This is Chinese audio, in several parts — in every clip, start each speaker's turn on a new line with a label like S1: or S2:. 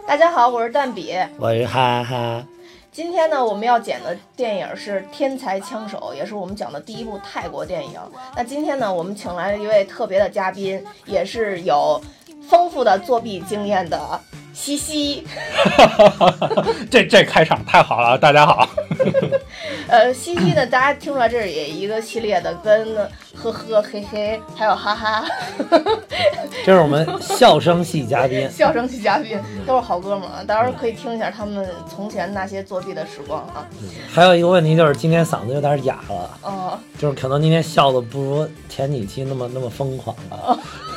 S1: 大家好，我是蛋比，
S2: 我是哈哈。
S1: 今天呢，我们要讲的电影是《天才枪手》，也是我们讲的第一部泰国电影。那今天呢，我们请来了一位特别的嘉宾，也是有丰富的作弊经验的西西。
S3: 这开场太好了，大家好。
S1: 西西呢，大家听出来这是也一个系列的，跟呵呵嘿嘿还有哈哈，
S2: 这是我们笑声系嘉宾，
S1: 笑声系嘉宾都是好哥们儿，到时候可以听一下他们从前那些作弊的时光啊。
S2: 还有一个问题就是今天嗓子有点哑了，就是可能今天笑的不如前几期那么疯狂了。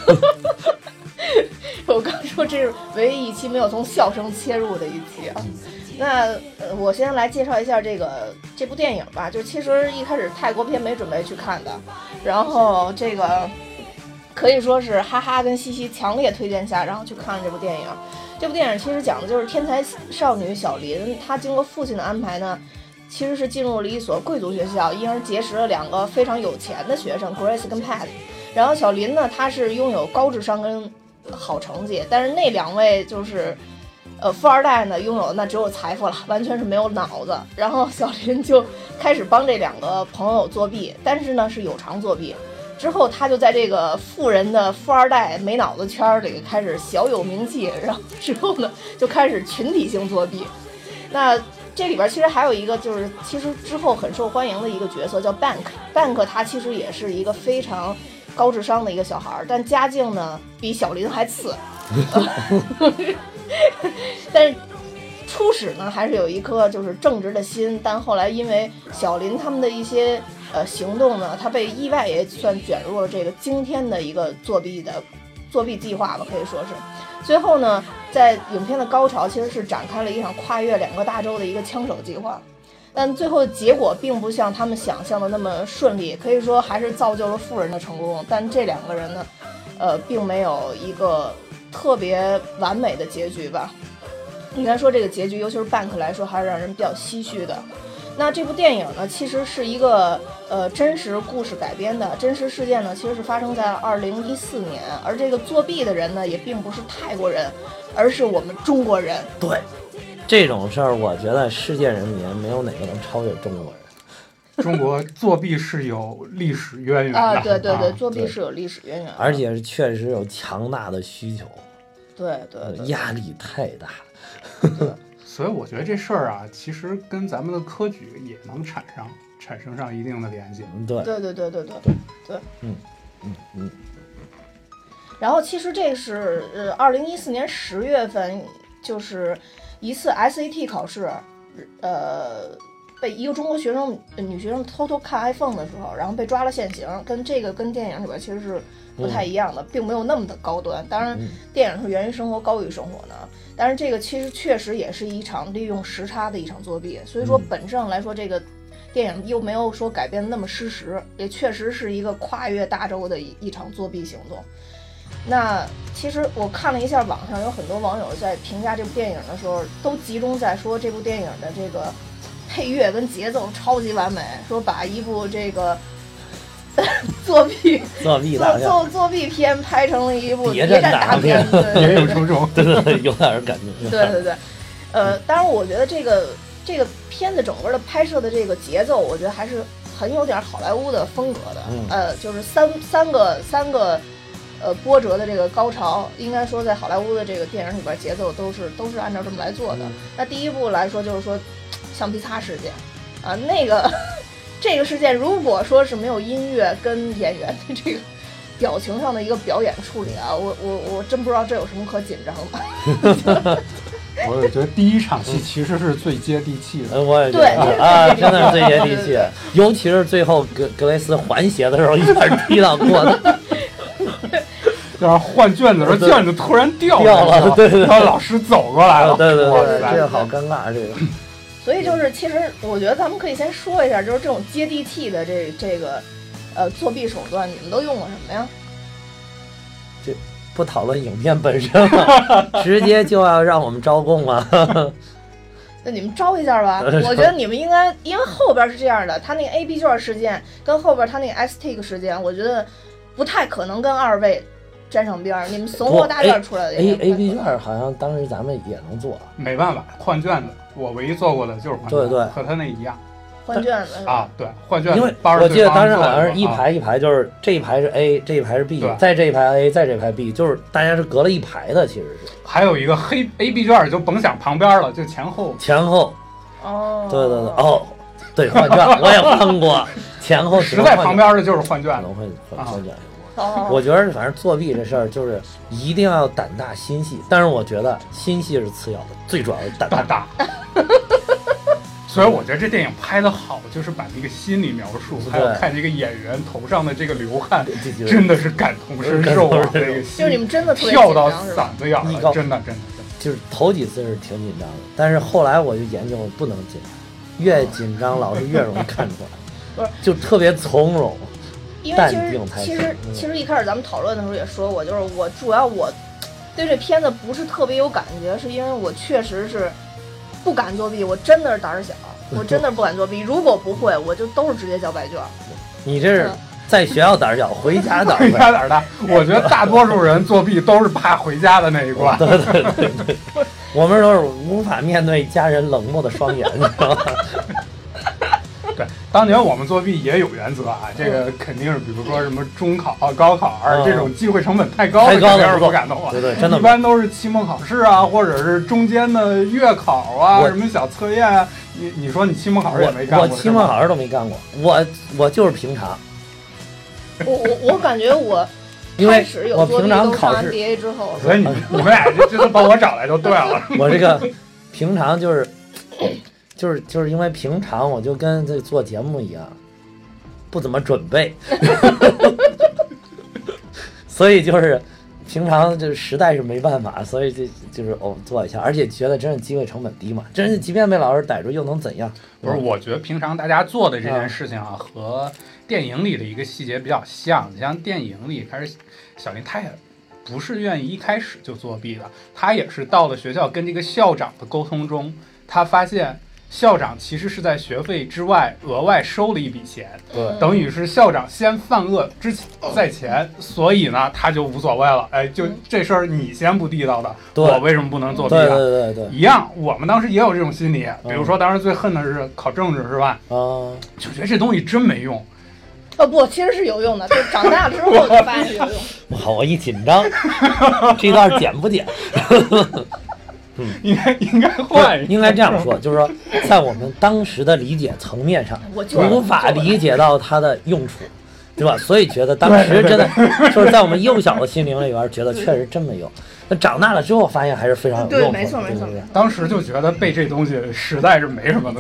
S1: 我刚说这是唯一一期没有从笑声切入的一期啊。那我先来介绍一下这部电影吧。就其实一开始泰国片没准备去看的，然后这个可以说是哈哈跟西西强烈推荐下，然后去看了这部电影。这部电影其实讲的就是天才少女小林，她经过父亲的安排呢，其实是进入了一所贵族学校，因而结识了两个非常有钱的学生 Grace 跟 Pat。然后小林呢，她是拥有高智商跟好成绩，但是那两位就是富二代呢，拥有的那只有财富了，完全是没有脑子。然后小林就开始帮这两个朋友作弊，但是呢是有偿作弊。之后他就在这个富人的富二代没脑子圈里开始小有名气，然后之后呢就开始群体性作弊。那这里边其实还有一个就是其实之后很受欢迎的一个角色叫 Bank 他其实也是一个非常高智商的一个小孩，但家境呢比小林还次。但是初始呢还是有一颗就是正直的心，但后来因为小林他们的一些行动呢，他被意外也算卷入了这个惊天的一个作弊计划吧，可以说是。最后呢，在影片的高潮其实是展开了一场跨越2个大洲的一个枪手计划，但最后结果并不像他们想象的那么顺利，可以说还是造就了富人的成功。但这两个人呢，并没有一个特别完美的结局吧。应该说这个结局，尤其是 Bank 来说，还是让人比较唏嘘的。那这部电影呢，其实是一个真实故事改编的，真实事件呢，其实是发生在2014年，而这个作弊的人呢，也并不是泰国人，而是我们中国人。
S2: 对，这种事儿，我觉得世界人民没有哪个能超越中国人。
S3: 中国作弊是有历史渊源的
S1: 啊，对对对，作弊是有历史渊源，
S2: 而且确实有强大的需求。
S1: 对对对，
S2: 压力太大。
S1: 对。
S3: 所以我觉得这事儿啊，其实跟咱们的科举也能产生上一定的联系。
S2: 对
S1: 对对对对对对，然后其实这是2014年10月份，就是一次 SAT 考试，被一个中国女学生偷偷看 iPhone 的时候，然后被抓了现行，跟电影里边其实是不太一样的，并没有那么的高端。当然，电影是源于生活高于生活的，但是这个其实确实也是一场利用时差的一场作弊。所以说，本质上来说，这个电影又没有说改编那么失实，也确实是一个跨越大洲的一场作弊行动。那其实我看了一下网上有很多网友在评价这部电影的时候，都集中在说这部电影的这个配乐跟节奏超级完美，说把一部这个作弊片拍成了一部谍战大片，
S3: 也有这种，
S2: 对对对，有点感觉。
S1: 对对对，当然我觉得这个片子整个的拍摄的这个节奏，我觉得还是很有点好莱坞的风格的，就是三个波折的这个高潮，应该说在好莱坞的这个电影里边节奏都是按照这么来做的。那第一部来说就是说橡皮擦事件啊，这个事件如果说是没有音乐跟演员的这个表情上的一个表演处理啊，我真不知道这有什么可紧张的。
S3: 我也觉得第一场戏其实是最接地气的。
S2: 我也觉得啊，真的是最接地气，尤其是最后格雷斯还鞋的时候，一下踢到过的。
S3: 要是换卷子的时候，卷子突然掉
S2: 了，对对，
S3: 然后老师走过来了，
S2: 对对对，这个好尴尬，这个。
S1: 所以就是，其实我觉得咱们可以先说一下，就是这种接地气的这个作弊手段，你们都用过什么呀？
S2: 这不讨论影片本身了，直接就要让我们招供啊！
S1: 那你们招一下吧，我觉得你们应该，因为后边是这样的，他那个 AB 卷事件跟后边他那个 STIC 事件，我觉得不太可能跟二位沾上边儿。你们怂货大卷出来的
S2: A B 卷好像当时咱们也能做，
S3: 没办法换卷子，我唯一做过的就是换卷子，
S2: 对，
S3: 和他那一样。
S1: 换卷子
S3: 啊，对，换卷子。
S2: 因为我记得当时好像是一排一排，就是这一排是 A， 这一排是 B， 在这一排 A， 在这一排 B， 就是大家是隔了一排的，其实是。
S3: 还有一个黑 A B 卷就甭想旁边了，就前后。
S1: 哦，
S2: 对对，换卷我也换过，前后
S3: 实在旁边的就是换卷，
S2: 可能会换卷。我觉得反正作弊这事儿就是一定要胆大心细，但是我觉得心细是次要的，最主要是胆
S3: 大。所以我觉得这电影拍得好，就是把那个心理描述，还有看这个演员头上的这个流汗，真的是感同身受啊！这个
S1: 就是你们真的
S3: 跳到嗓子眼了，真的。
S2: 就是头几次是挺紧张的，但是后来我就研究不能紧张，越紧张老师越容易看出来，
S1: 不是
S2: 就特别从容。
S1: 因为其实一开始咱们讨论的时候也说过，就是我对这片子不是特别有感觉，是因为我确实是不敢作弊，我真的是胆儿小，我真的不敢作弊。如果不会，我就都是直接交白卷。
S2: 你这是在学校胆儿小，回家胆
S3: 儿大。我觉得大多数人作弊都是怕回家的那一关。
S2: 对，我们都是无法面对家人冷漠的双眼，你知道吗？
S3: 对，当年我们作弊也有原则啊，这个肯定是，比如说什么中考、高考这种机会成本太高的，肯定是不敢弄啊。
S2: 对，真的。
S3: 一般都是期末考试啊，或者是中间的月考啊，什么小测验啊。你说你期末考试也没干过？
S2: 我期末考试都没干过，我就是平常。
S1: 我感觉我开始有作弊都上 MBA 之后，
S3: 所以你们俩这都把我找来就对了。
S2: 我这个平常就是因为平常我就跟这做节目一样，不怎么准备，所以就是平常就是实在是没办法，所以就是做一下，而且觉得真是机会成本低嘛，真是即便被老师逮住又能怎样？
S3: 不是，我觉得平常大家做的这件事情啊，和电影里的一个细节比较像。你像电影里开始，小林他也不是愿意一开始就作弊的，他也是到了学校跟这个校长的沟通中，他发现校长其实是在学费之外额外收了一笔钱，等于是校长先犯恶在前，所以呢他就无所谓了。哎，就这事儿你先不地道的，我为什么不能作弊啊？
S2: 对，
S3: 一样，我们当时也有这种心理。比如说当时最恨的是考政治，是吧？就觉得这东西真没用。
S1: 不，其实是有用的，就长大之后就发现是有用。
S2: 好，我一紧张，这段剪不剪？
S3: 应该换，
S2: 应该这样说，就是说，在我们当时的理解层面上，无法理解到它的用处，对吧？所以觉得当时真的就是在我们幼小的心灵里边，觉得确实真没用。那长大了之后，发现还是非常有用。
S1: 对，没错。
S3: 当时就觉得背这东西实在是没什么的。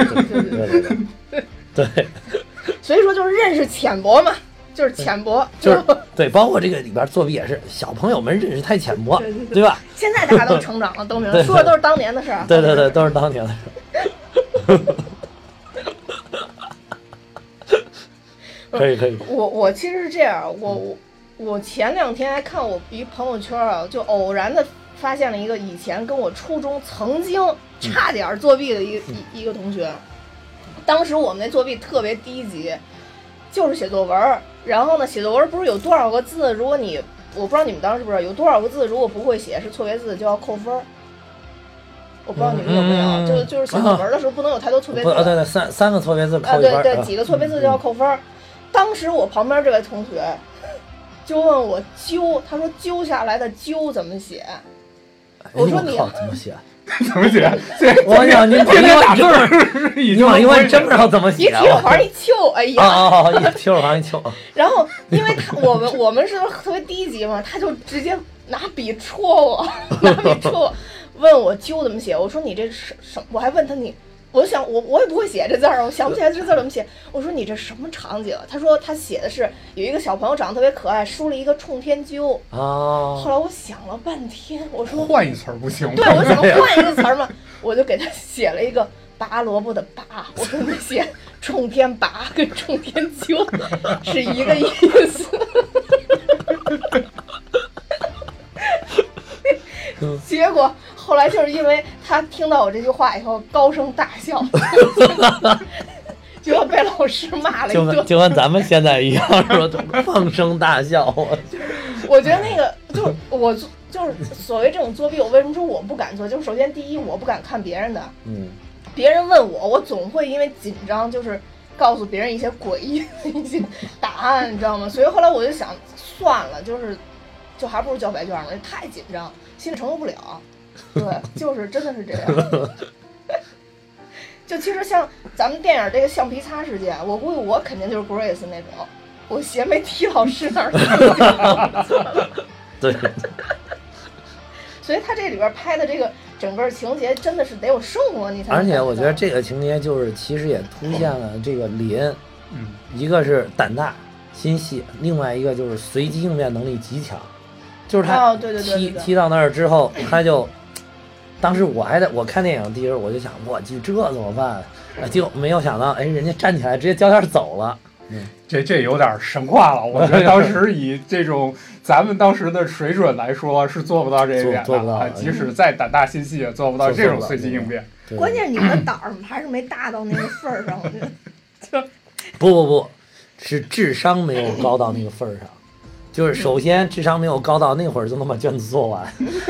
S2: 对。
S1: 所以说就是认识浅薄嘛。就是浅薄，
S2: 就是对，包括这个里边作弊也是小朋友们认识太浅薄，对吧？
S1: 现在大家都成长了，都明白，说的都是当年的事儿。
S2: 对，都是当年的事儿。可以。
S1: 我其实是这样，我前2天还看我一朋友圈啊，就偶然的发现了一个以前跟我初中曾经差点作弊的一个同学。当时我们那作弊特别低级，就是写作文。然后呢，写作文不是有多少个字？如果我不知道你们当时是不是有多少个字，如果不会写是错别字就要扣分。我不知道你们有没有，就是写作文的时候不能有太多错别字。
S2: 对，三个错别字扣1分。
S1: 对，几个错别字就要扣分。当时我旁边这位同学就问我揪，他说揪下来的揪怎么写？我说你
S2: 怎么写？
S3: 怎么写？
S2: 我想您你往一问真不知道怎么写。
S1: 一提手旁一揪，哎呀！
S2: 一提手旁一揪。
S1: 然后，因为我们是特别低级嘛，他就直接拿笔戳我，问我揪怎么写。我说你这是什么？我还问他你。我就想我也不会写这字儿，我想不起来这字怎么写。我说你这什么场景？他说他写的是有一个小朋友长得特别可爱，梳了一个冲天揪。后来我想了半天，我说
S3: 换一词儿不行吗？
S1: 对，我想换一个词儿嘛，我就给他写了一个拔萝卜的拔。我说你写冲天拔跟冲天揪是一个意思。结果后来就是因为他听到我这句话以后高声大笑，就要被老师骂了一顿，
S2: 就跟咱们现在一样，是吧？放声大笑。
S1: 我觉得那个就是我就是所谓这种作弊，我为什么说我不敢做？就是首先第一，我不敢看别人的，别人问我，我总会因为紧张，就是告诉别人一些诡异的一些答案，你知道吗？所以后来我就想，算了，就还不如交白卷呢，太紧张，心里承受不了。对，就是真的是这样。就其实像咱们电影这个橡皮擦事件，我估计我肯定就是 Grace 那种，我鞋没踢老师那儿。
S2: 对。
S1: 所以他这里边拍的这个整个情节真的是得有生活你才能。
S2: 而且我觉得这个情节就是其实也凸显了这个林，一个是胆大心细，另外一个就是随机应变能力极强。就是他踢到那儿之后，他就。当时我看电影第一我就想，我去这怎么办？就没有想到，哎，人家站起来直接交叉走了。
S3: 这有点神话了。我觉得当时以这种咱们当时的水准来说，是做不到这一点的。即使再胆大心细，也做不到这种随机应变。
S1: 关键你们的胆儿还是没大到那个份儿上。
S2: 不，是智商没有高到那个份儿上。就是首先智商没有高到那会儿就能把卷子做完。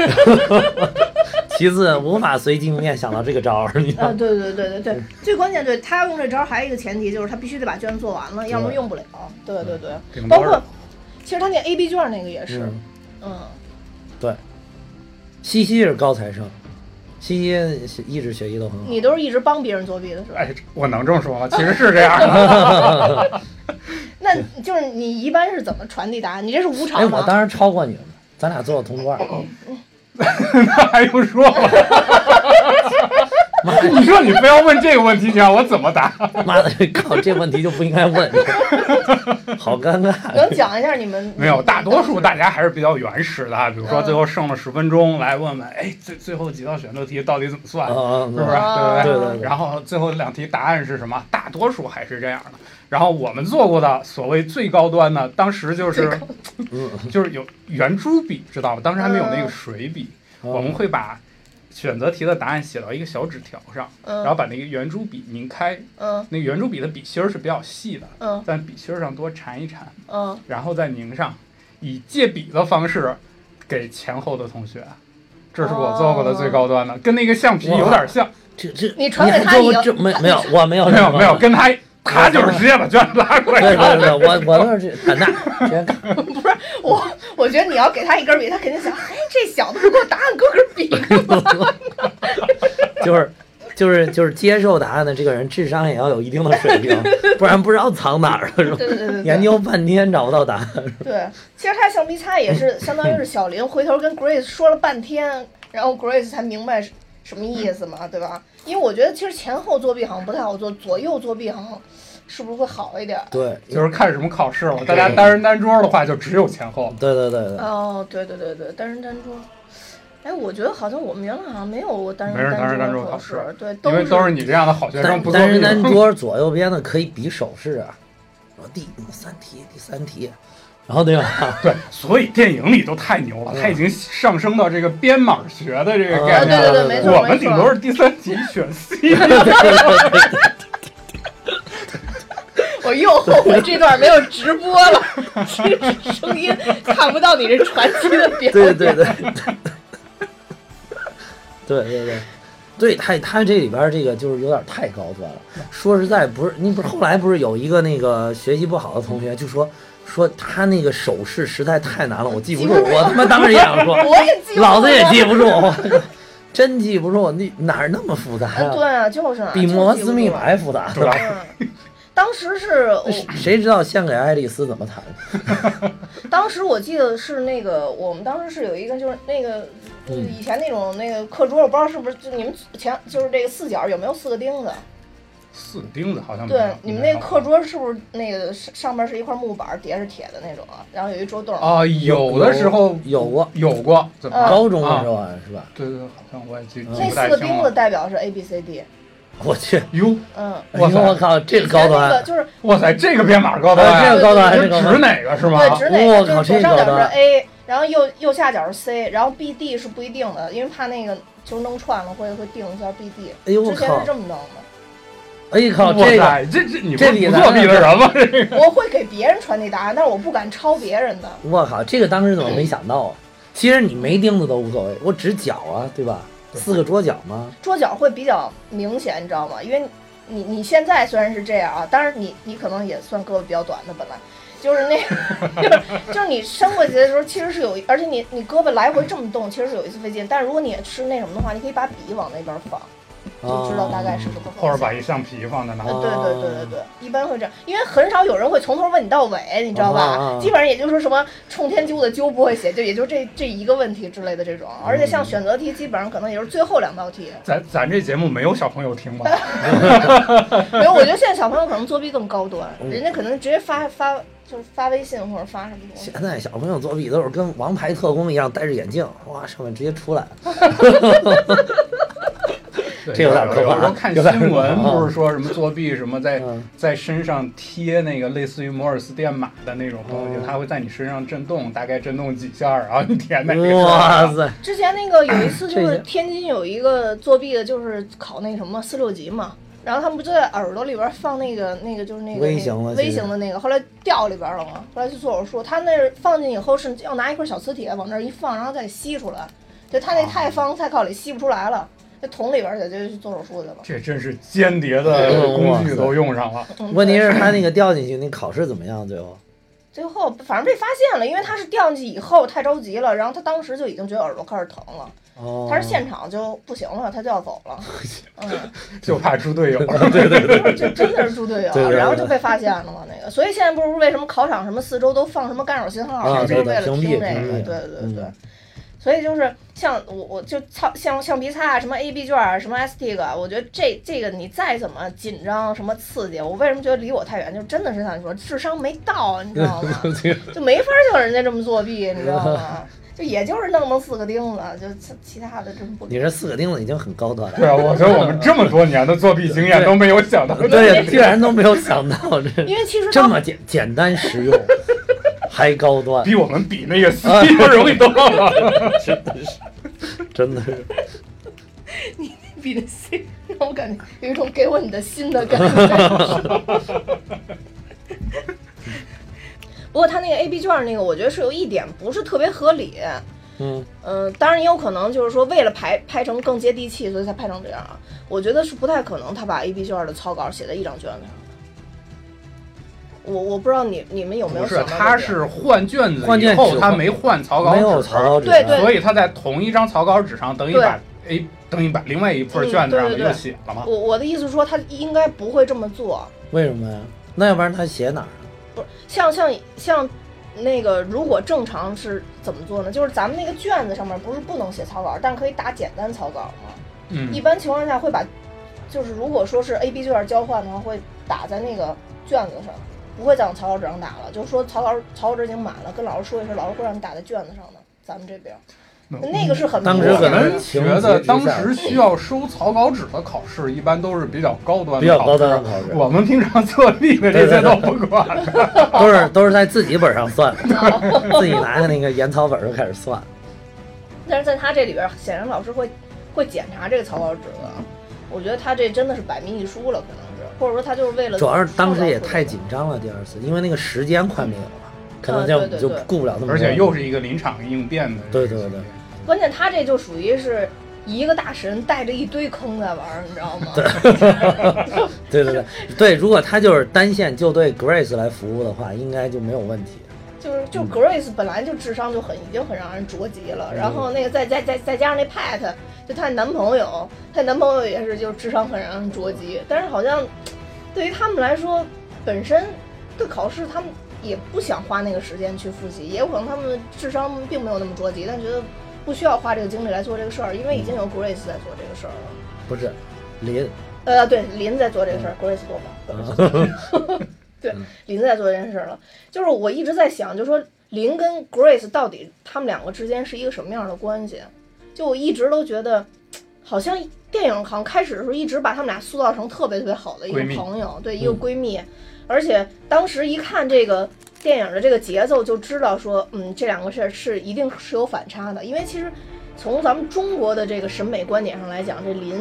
S2: 其次，无法随机应变想到这个招儿，你知道吗？
S1: 对，最关键他要用这招，还有一个前提就是他必须得把卷子做完了，要不然用不了。对，包括其实他那 A B 卷那个也是，
S2: 对。西西是高材生，西西一直学习都很好。
S1: 你都是一直帮别人作弊的是吧？
S3: 哎，我能这么说吗？其实是这样的。
S1: 那就是你一般是怎么传递答案？你这是无偿吗？
S2: 我当然超过你了，咱俩做同桌。
S3: 那还用说吗？你说你非要问这个问题，你让我怎么答？
S2: 妈的，靠，这问题就不应该问，好尴尬。
S1: 能讲一下你们？
S3: 没有，大多数大家还是比较原始的，比如说最后剩了10分钟，来问问，哎，最后几道选择题到底怎么算，是不是？
S2: 对。
S3: 然后最后2题答案是什么？大多数还是这样的。然后我们做过的所谓最高端的，当时就是有圆珠笔，知道吗？当时还没有那个水笔，我们会把选择题的答案写到一个小纸条上，然后把那个圆珠笔拧开，那个圆珠笔的笔芯是比较细的，在笔芯上多缠一缠，然后再拧上，以借笔的方式给前后的同学。这是我做过的最高端的，跟那个橡皮有点像。
S2: 这
S1: 你传给他
S2: 没有，我没有
S3: 跟他就是直接把卷子拉过来。
S2: 对，我都是胆大，直接看。
S1: 不是我觉得你要给他一根笔，他肯定想，嘿，这小子是给我答案搁根笔干嘛？
S2: 就是接受答案的这个人智商也要有一定的水平，不然不知道藏哪儿了，是吧？
S1: 对，
S2: 研究半天找不到答案。
S1: 对，其实他橡皮擦也是相当于是小林回头跟 Grace 说了半天，然后 Grace 才明白什么意思嘛，对吧？因为我觉得其实前后作弊好像不太好做，左右作弊好像是不是会好一点？
S2: 对，
S3: 就是看什么考试了。大家单人单桌的话，就只有前后。
S2: 对。
S1: 哦，对，单人单桌。哎，我觉得好像我们原来好像没有单人单桌考试，对，
S3: 因为都是你这样的好学生不作
S2: 弊。单人单桌左右边的可以比手势啊，第3题。然后对吧？
S3: 对，所以电影里都太牛了，他已经上升到这个编码学的这个概念
S1: 了。对，没错。
S3: 我们顶多是第3题选 C。
S1: 我又后悔这段没有直播了，其实声音看不到你这传奇的表演。
S2: 对，他这里边这个就是有点太高端了。说实在，不是后来不是有一个那个学习不好的同学就说他那个手势实在太难了，我记不住。我他妈当时也想说，老子也记不住，真记不住，你哪儿那么复杂呀？
S1: 对啊，就是
S2: 比摩斯密码还复杂，
S3: 对吧？
S1: 当时是
S2: 谁知道献给爱丽丝怎么弹？
S1: 当时我记得是那个，我们当时是有一个就是那个以前那种那个课桌，我不知道是不是就你们就是这个4角有没有4个钉子
S3: ？4个钉子好像没有。
S1: 对，你们那个课桌是不是那个上面是一块木板，底下是铁的那种啊？然后有一桌洞
S3: 啊，有的时候
S2: 有
S3: 过，
S2: 高中的时候是吧？
S3: 对，好像我也记得。
S1: 那4个钉子代表是 A B C D。
S2: 我去，
S3: 哟，
S2: 我靠，这个高端，
S1: 就是
S3: 哇塞，这个编码高端，
S2: 这个高端，这个
S3: 指哪个是吗？
S1: 对，指哪个？就是左上角
S2: 是
S1: A， 然后右下角是 C， 然后 B D 是不一定的，因为怕那个就弄串了会定一下 B D。
S2: 哎呦我靠！
S1: 之前是这么弄的。
S2: 哎靠，这
S3: 你不作弊的人吗？
S1: 我会给别人传递答案，但是我不敢抄别人的。
S2: 我靠，这个当时怎么没想到啊？其实你没钉子都无所谓，我指脚啊，对吧？4个桌角吗？
S1: 桌角会比较明显，你知道吗？因为你现在虽然是这样啊，当然你可能也算胳膊比较短的，本来就是那就是你伸过去的时候，其实是有，而且你胳膊来回这么动，其实是有一丝费劲。但是如果你是那什么的话，你可以把笔往那边放。就知道大概是什么，
S3: 或者把一橡皮放在那。
S1: 对，一般会这样，因为很少有人会从头问你到尾，你知道吧？基本上也就是什么冲天揪的揪不会写，就也就这一个问题之类的这种。而且像选择题，基本上可能也就是最后2道题。
S3: 咱这节目没有小朋友听吧？
S1: 没有，我觉得现在小朋友可能作弊更高端，人家可能直接发就是发微信或者发什么东西。
S2: 现在小朋友作弊都是跟王牌特工一样，戴着眼镜，哇，上面直接出来了。这有点可怕。
S3: 有时候看新闻不是说什么作弊什么在身上贴那个类似于摩尔斯电码的那种东西，它会在你身上震动，大概震动几下，然后你填那个。
S2: 哇塞！
S1: 之前那个有一次就是天津有一个作弊的，就是考那个什么4、6级嘛，然后他们不就在耳朵里边放那个就是那个微型的那个，后来掉里边了嘛，后来去做手术，他那放进以后是要拿一块小磁铁往那一放，然后再吸出来，就他那太靠里吸不出来了。桶里边就去做手术去了，
S3: 这真是间谍的工具都用上了。
S2: 问题是他那个掉进去，那考试怎么样？
S1: 最后反正被发现了，因为他是掉进去以后太着急了，然后他当时就已经觉得耳朵开始疼了。他是现场就不行了，他就要走了。
S3: 就怕猪队友。
S1: 对，就真的是猪队友，然后就被发现了嘛那个。所以现在不是为什么考场什么4周都放什么干扰信号，就是为了听这个。对。所以就是像我就像橡皮擦什么 AB 卷什么 STIG， 我觉得这个你再怎么紧张什么刺激，我为什么觉得离我太远？就真的是像你说智商没到，你知道吗？就没法像人家这么作弊，你知道吗？就也就是弄4个钉子，就其他的真不。
S2: 你这4个钉子已经很高端了。
S3: 对啊，我觉得我们这么多年的作弊经验都没有想到，
S2: 对，居然都没有想到这，
S1: 因为其实
S2: 这么简单实用。还高端，
S3: 比我们比那个 C 要容易多了，
S2: 真的是。
S1: 你比那 C 让我感觉有一种给我你的心的感觉。不过他那个 AB 卷那个，我觉得是有一点不是特别合理。当然也有可能就是说为了拍成更接地气，所以才拍成这样啊。我觉得是不太可能他把 AB 卷的草稿写在一张卷子上。我不知道你们有没有想到，
S3: 他是换卷子以后，他没换草稿纸，
S2: 没有草稿纸，
S1: 对，
S3: 所以他在同一张草稿纸上等于把另外一份卷子上又写了嘛。
S1: 我的意思是说，他应该不会这么做。
S2: 为什么呀？那要不然他写哪儿？
S1: 不是像那个，如果正常是怎么做呢？就是咱们那个卷子上面不是不能写草稿，但可以打简单草稿吗？一般情况下会把，就是如果说是 AB 卷交换的话，会打在那个卷子上。不会再往草稿纸上打了，就是说草稿纸已经满了，跟老师说一声，老师会让你打在卷子上的。咱们这边，那个是很
S2: 当时可能
S3: 觉得当时需要收草稿纸的考试，一般都是比较高端的考试。我们平常作弊的这些都不管，
S2: 都是在自己本上算，自己拿个那个研草本就开始算。
S1: 但是在他这里边，显然老师会检查这个草稿纸的。我觉得他这真的是百密一疏了，可能是，或者说他就是为了。
S2: 主要是当时也太紧张了，第2次，因为那个时间快没有了，可能就顾不了那么多。
S3: 而且又是一个临场应变的。
S2: 对。
S1: 关键他这就属于是一个大神带着一堆坑在玩，你知道吗？
S2: 对，如果他就是单线就对 Grace 来服务的话，应该就没有问题。
S1: 就 Grace 本来就智商就已经很让人着急了，然后那个再加上那 Pat， 就她男朋友也是就智商很让人着急，但是好像对于他们来说，本身对考试他们也不想花那个时间去复习，也有可能他们智商并没有那么着急，但觉得不需要花这个精力来做这个事儿，因为已经有 Grace 在做这个事儿了。
S2: 不是林，
S1: 对，林在做这个事儿，Grace 做不了。对，林在做这件事了。就是我一直在想，就是说林跟 Grace 到底他们2个之间是一个什么样的关系？就我一直都觉得，好像电影好像开始的时候一直把他们俩塑造成特别特别好的一个朋友，对，一个闺蜜。而且当时一看这个电影的这个节奏，就知道说，这2个事儿是一定是有反差的。因为其实从咱们中国的这个审美观点上来讲，这林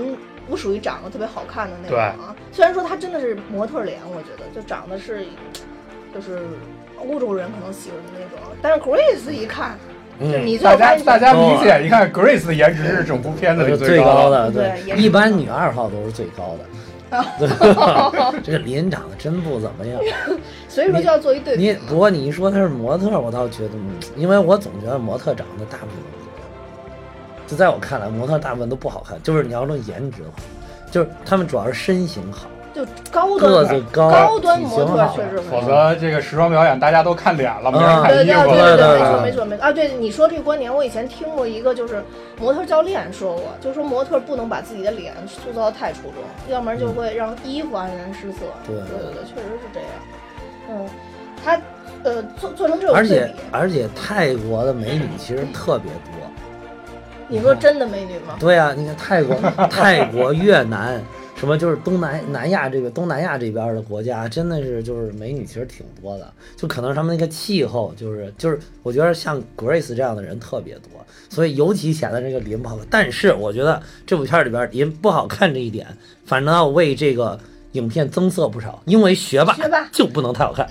S1: 不属于长得特别好看的那种啊。虽然说她真的是模特脸，我觉得就长得是就是欧洲人可能喜欢的那种，但是 Grace 一看。你
S3: 大家明显一看 Grace 的颜值是整部片子里
S2: 最高的，
S1: 对，
S2: 一般女2号都是最高的。这个林长得真不怎么样，
S1: 所以说就要做一对比。
S2: 不过你一说她是模特，我倒觉得，因为我总觉得模特长得大部分都一样，就在我看来，模特大部分都不好看。就是你要论颜值的话，就是他们主要是身形好。
S1: 就高端
S2: 个子
S1: 高端模特确实，
S3: 否则这个时装表演大家都看脸了，没人看衣服。
S1: 对，没错啊！对，你说这个观点，我以前听过一个，就是模特教练说过，就是说模特不能把自己的脸塑造太出众，要不然就会让衣服黯然失色。对，确实是这样。他做成这种对比，
S2: 而且泰国的美女其实特别多。
S1: 你说真的美女吗？
S2: 对啊，你看泰国、越南。什么就是东南亚这边的国家，真的是就是美女其实挺多的，就可能他们那个气候就是我觉得像 Grace 这样的人特别多，所以尤其显得这个林不好看。但是我觉得这部片里边林不好看这一点，反正要为这个影片增色不少，因为学霸就不能太好看。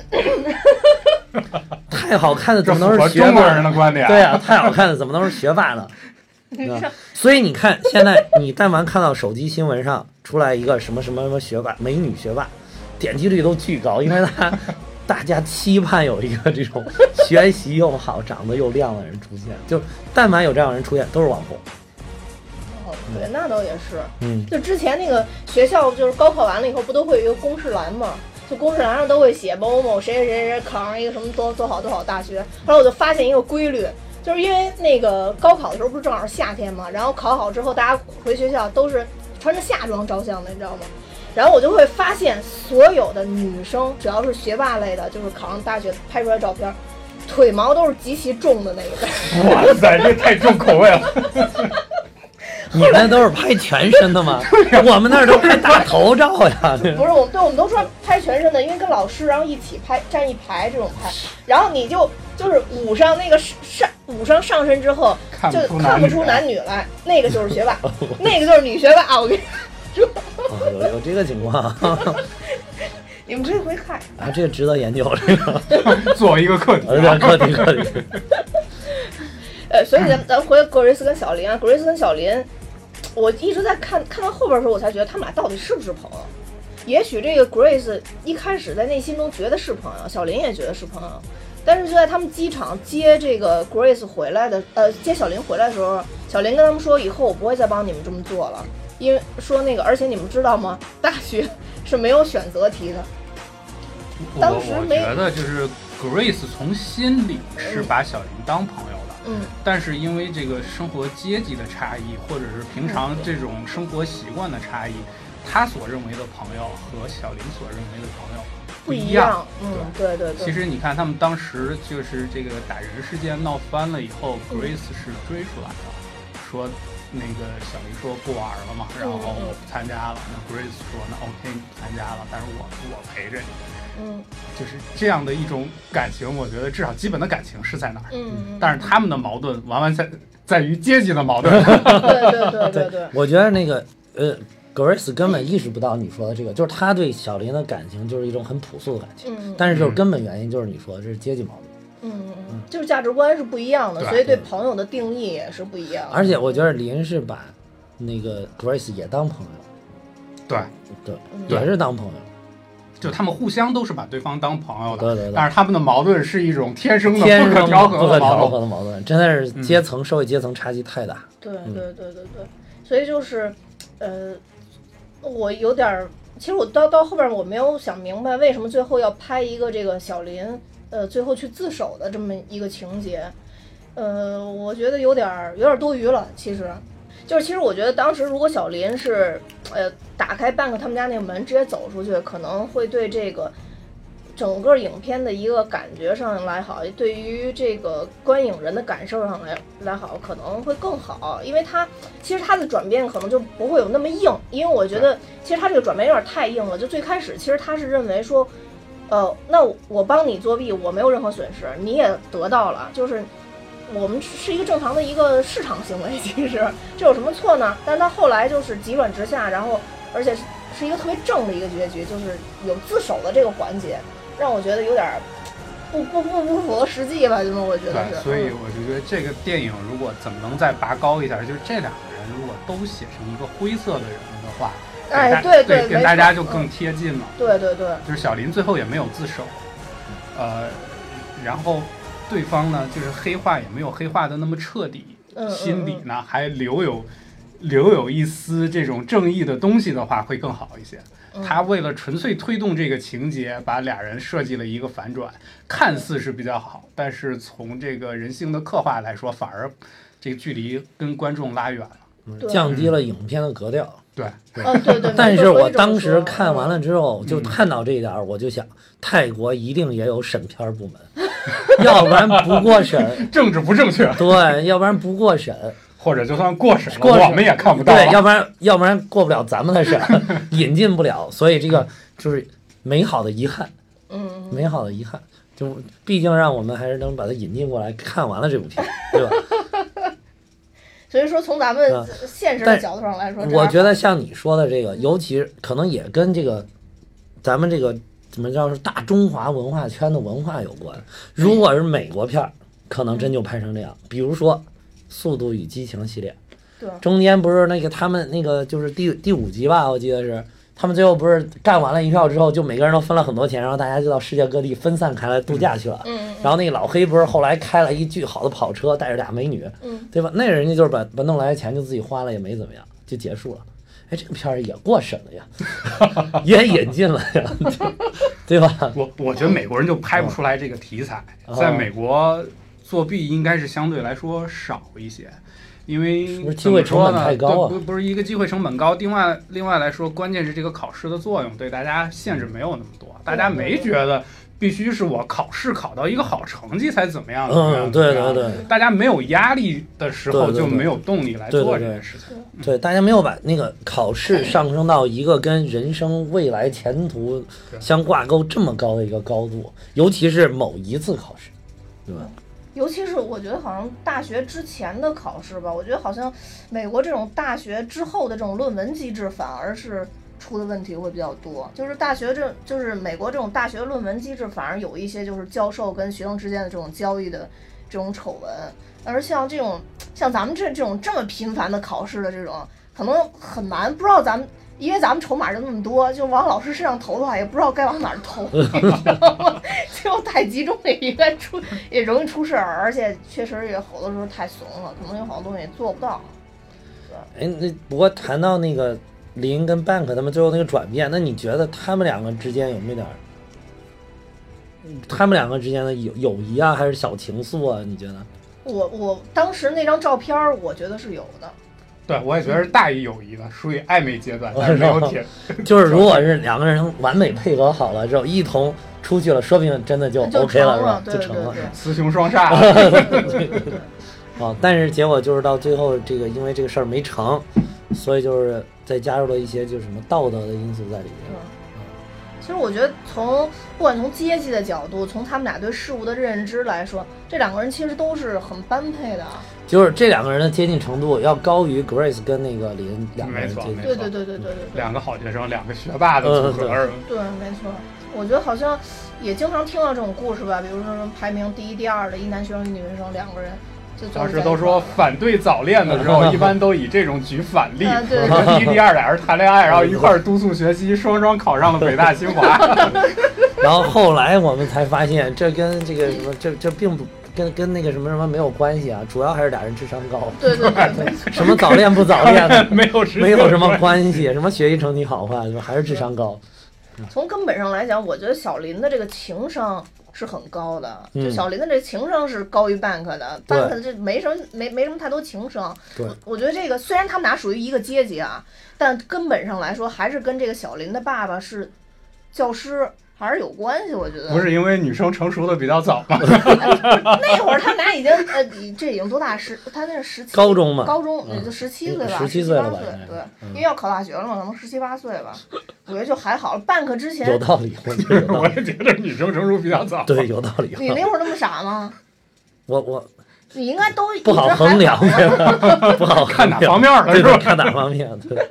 S2: 太好看的怎么能是学霸？
S3: 中国人的观点。
S2: 对啊，太好看的怎么能是学霸呢？所以你看，现在你但凡看到手机新闻上出来一个什么学霸、美女学霸，点击率都巨高，因为大家期盼有一个这种学习又好、长得又亮的人出现。就但凡有这样的人出现，都是网红。
S1: 对，那倒也是。就之前那个学校，就是高考完了以后，不都会有一个公示栏吗？就公示栏上都会写某谁考上一个什么多好大学。后来我就发现一个规律。就是因为那个高考的时候不是正好是夏天嘛，然后考好之后大家回学校都是穿着夏装照相的，你知道吗？然后我就会发现所有的女生只要是学霸类的，就是考上大学拍出来照片，腿毛都是极其重的那一类。
S3: 哇塞，这太重口味了。
S2: 你那都是拍全身的吗？我们那儿都拍大头照呀。
S1: 不是，我们都说拍全身的，因为跟老师然后一起拍，站一排这种拍，然后你就是捂上那个捂上上身之后，就看不出男女来，那个就是学霸，那个就是女学霸。我跟你说，
S2: 有这个情况。
S1: 你们可以回看
S2: 啊，这个值得研究，这个
S3: 作为一个课题。
S2: 课题。
S1: 所以咱回到格瑞斯跟小林啊，格瑞斯跟小林，我一直在看到后边的时候，我才觉得他们俩到底是不是朋友？也许这个 Grace 一开始在内心中觉得是朋友，小林也觉得是朋友，但是就在他们机场接这个 Grace 回来的，接小林回来的时候，小林跟他们说，以后我不会再帮你们这么做了，因为说那个，而且你们知道吗？大学是没有选择题的。当时
S3: 我觉得就是 Grace 从心里是把小林当朋友的。但是因为这个生活阶级的差异，或者是平常这种生活习惯的差异，他所认为的朋友和小林所认为的朋友不一样。
S1: 对。
S3: 其实你看，他们当时就是这个打人事件闹翻了以后，Grace 是追出来的，说那个小林说不玩了嘛，然后我不参加了。那 Grace 说那 OK 你不参加了，但是我陪着你。就是这样的一种感情，我觉得至少基本的感情是在哪儿。但是他们的矛盾完完在于阶级的矛盾。
S1: 对。
S2: 我觉得那个Grace 根本意识不到你说的这个，就是他对小林的感情就是一种很朴素的感情。但是就是根本原因就是你说的这是阶级矛盾。
S1: 就是价值观是不一样的，所以对朋友的定义也是不一样的。
S2: 而且我觉得林是把那个 Grace 也当朋友。对，也是当朋友。
S3: 就他们互相都是把对方当朋友的，
S2: 对。
S3: 但是他们的矛盾是一种天生的不可调和的
S2: 矛盾，真的是社会阶层差距太大。
S1: 对。所以就是，我有点，其实我到后边我没有想明白为什么最后要拍一个这个小林，最后去自首的这么一个情节，我觉得有点多余了，其实我觉得当时如果小林是打开半个他们家那个门直接走出去，可能会对这个整个影片的一个感觉上来好，对于这个观影人的感受上来好，可能会更好。因为其实他的转变可能就不会有那么硬，因为我觉得其实他这个转变有点太硬了。就最开始其实他是认为说那我帮你作弊，我没有任何损失，你也得到了，就是我们是一个正常的一个市场行为，其实这有什么错呢？但到后来就是急转直下，然后而且是一个特别正的一个结局，就是有自首的这个环节，让我觉得有点不符合实际吧，就是我觉得是。
S3: 所以我就觉得这个电影如果怎么能再拔高一下，就是这两个人如果都写成一个灰色的人物的话，对，跟大家就更贴近嘛。
S1: 对，
S3: 就是小林最后也没有自首，然后对方呢，就是黑化也没有黑化的那么彻底，心里呢还留有一丝这种正义的东西的话，会更好一些。他为了纯粹推动这个情节，把俩人设计了一个反转，看似是比较好，但是从这个人性的刻画来说，反而这个距离跟观众拉远了，
S2: 降低了影片的格调。
S3: 对，
S2: 但是我当时看完了之后，就看到这一点，我就想，泰国一定也有审片部门，要不然不过审，
S3: 政治不正确。
S2: 对，要不然不过审，
S3: 或者就算过审了，我们也看不到。
S2: 对，要不然过不了咱们的审，引进不了，所以这个就是美好的遗憾。美好的遗憾，就毕竟让我们还是能把它引进过来，看完了这部片，对吧？
S1: 所以说，从咱们现实的角度上来说，
S2: 我觉得像你说的这个，尤其可能也跟这个咱们这个怎么叫是大中华文化圈的文化有关。如果是美国片，可能真就拍成这样。比如说《速度与激情》系列，
S1: 对，
S2: 中间不是那个他们那个就是第5集吧，我记得是他们最后不是干完了一票之后，就每个人都分了很多钱，然后大家就到世界各地分散开来度假去了。然后那个老黑不是后来开了一巨好的跑车，带着俩美女，对吧？那人家就是把弄来的钱就自己花了，也没怎么样，就结束了。哎，这个片儿也过审了呀，也引进了呀，对吧？
S3: 我觉得美国人就拍不出来这个题材，在美国作弊应该是相对来说少一些。因为
S2: 机会成本太高啊，
S3: 不是一个机会成本高，另外来说，关键是这个考试的作用对大家限制没有那么多，大家没觉得必须是我考试考到一个好成绩才怎么样。
S2: 对，
S3: 大家没有压力的时候就没有动力来做这件事情。
S2: 对，大家没有把那个考试上升到一个跟人生未来前途相挂钩这么高的一个高度，尤其是某一次考试，对吧？
S1: 尤其是我觉得好像大学之前的考试吧，我觉得好像美国这种大学之后的这种论文机制反而是出的问题会比较多。就是就是美国这种大学论文机制反而有一些就是教授跟学生之间的这种交易的这种丑闻，而像咱们这种这么频繁的考试的这种，可能很难，不知道因为咱们筹码就那么多，就往老师身上投的话，也不知道该往哪儿投，你知道吗？就太集中也应该也容易出事儿，而且确实也好多时候太怂了，可能有好多东西也做不到。
S2: 哎，那不过谈到那个林跟 Bank 他们最后那个转变，那你觉得他们两个之间有没有点？他们两个之间的友谊啊，还是小情愫啊？你觉得？
S1: 我当时那张照片，我觉得是有的。
S3: 对，我也觉得是大于友谊的，属于暧昧阶段，但是没有铁。
S2: 就是如果是两个人完美配合好了之后，一同出去了，说不定真的就 OK 了，是吧？
S1: 就成了，
S3: 雌雄双煞。
S2: 但是结果就是到最后，这个因为这个事儿没成，所以就是再加入了一些就是什么道德的因素在里面。
S1: 其实我觉得不管从阶级的角度，从他们俩对事物的认知来说，这两个人其实都是很般配的。
S2: 就是这两个人的接近程度要高于 Grace 跟那个林两个人接近。
S1: 对，
S3: 两个好学生，两个学霸的组合。
S1: 对，没错。我觉得好像也经常听到这种故事吧，比如说排名第1、第2的一男学生一女学生，两个人。
S3: 当时都说反对早恋的时候，一般都以这种举反例，第1、第2俩人谈恋爱，然后一块儿督促学习，双双考上了北大清华。
S2: 然后后来我们才发现，这跟这个什么，这并不跟那个什么没有关系啊，主要还是俩人智商高。
S1: 对，
S2: 什么早恋不早恋的
S3: 没有
S2: 什么关系，什么学习成绩好坏，还是智商高。
S1: 从根本上来讲，我觉得小林的这个情商是很高的，就小林的这情商是高于 Bank 的，Bank 的这没什么太多情商。
S2: 对，
S1: 我觉得这个虽然他们俩属于一个阶级啊，但根本上来说还是跟这个小林的爸爸是教师还是有关系。我觉得
S3: 不是因为女生成熟的比较早吗？
S1: 那会儿他们俩已经这已经多大？他那是17，
S2: 高中嘛，
S1: 高中也就17岁吧
S2: ，17岁了吧？
S1: 对，因为要考大学了嘛，可能17、18岁吧。我觉得就还好了。Bank 之前
S2: 有道理，
S3: 我也觉得女生成熟比较早。
S2: 对，有道理。
S1: 你那会儿那么傻吗？
S2: 我
S1: 你应该都
S2: 不好衡量，不好
S3: 看哪方面了是吧？
S2: 看哪方面，对。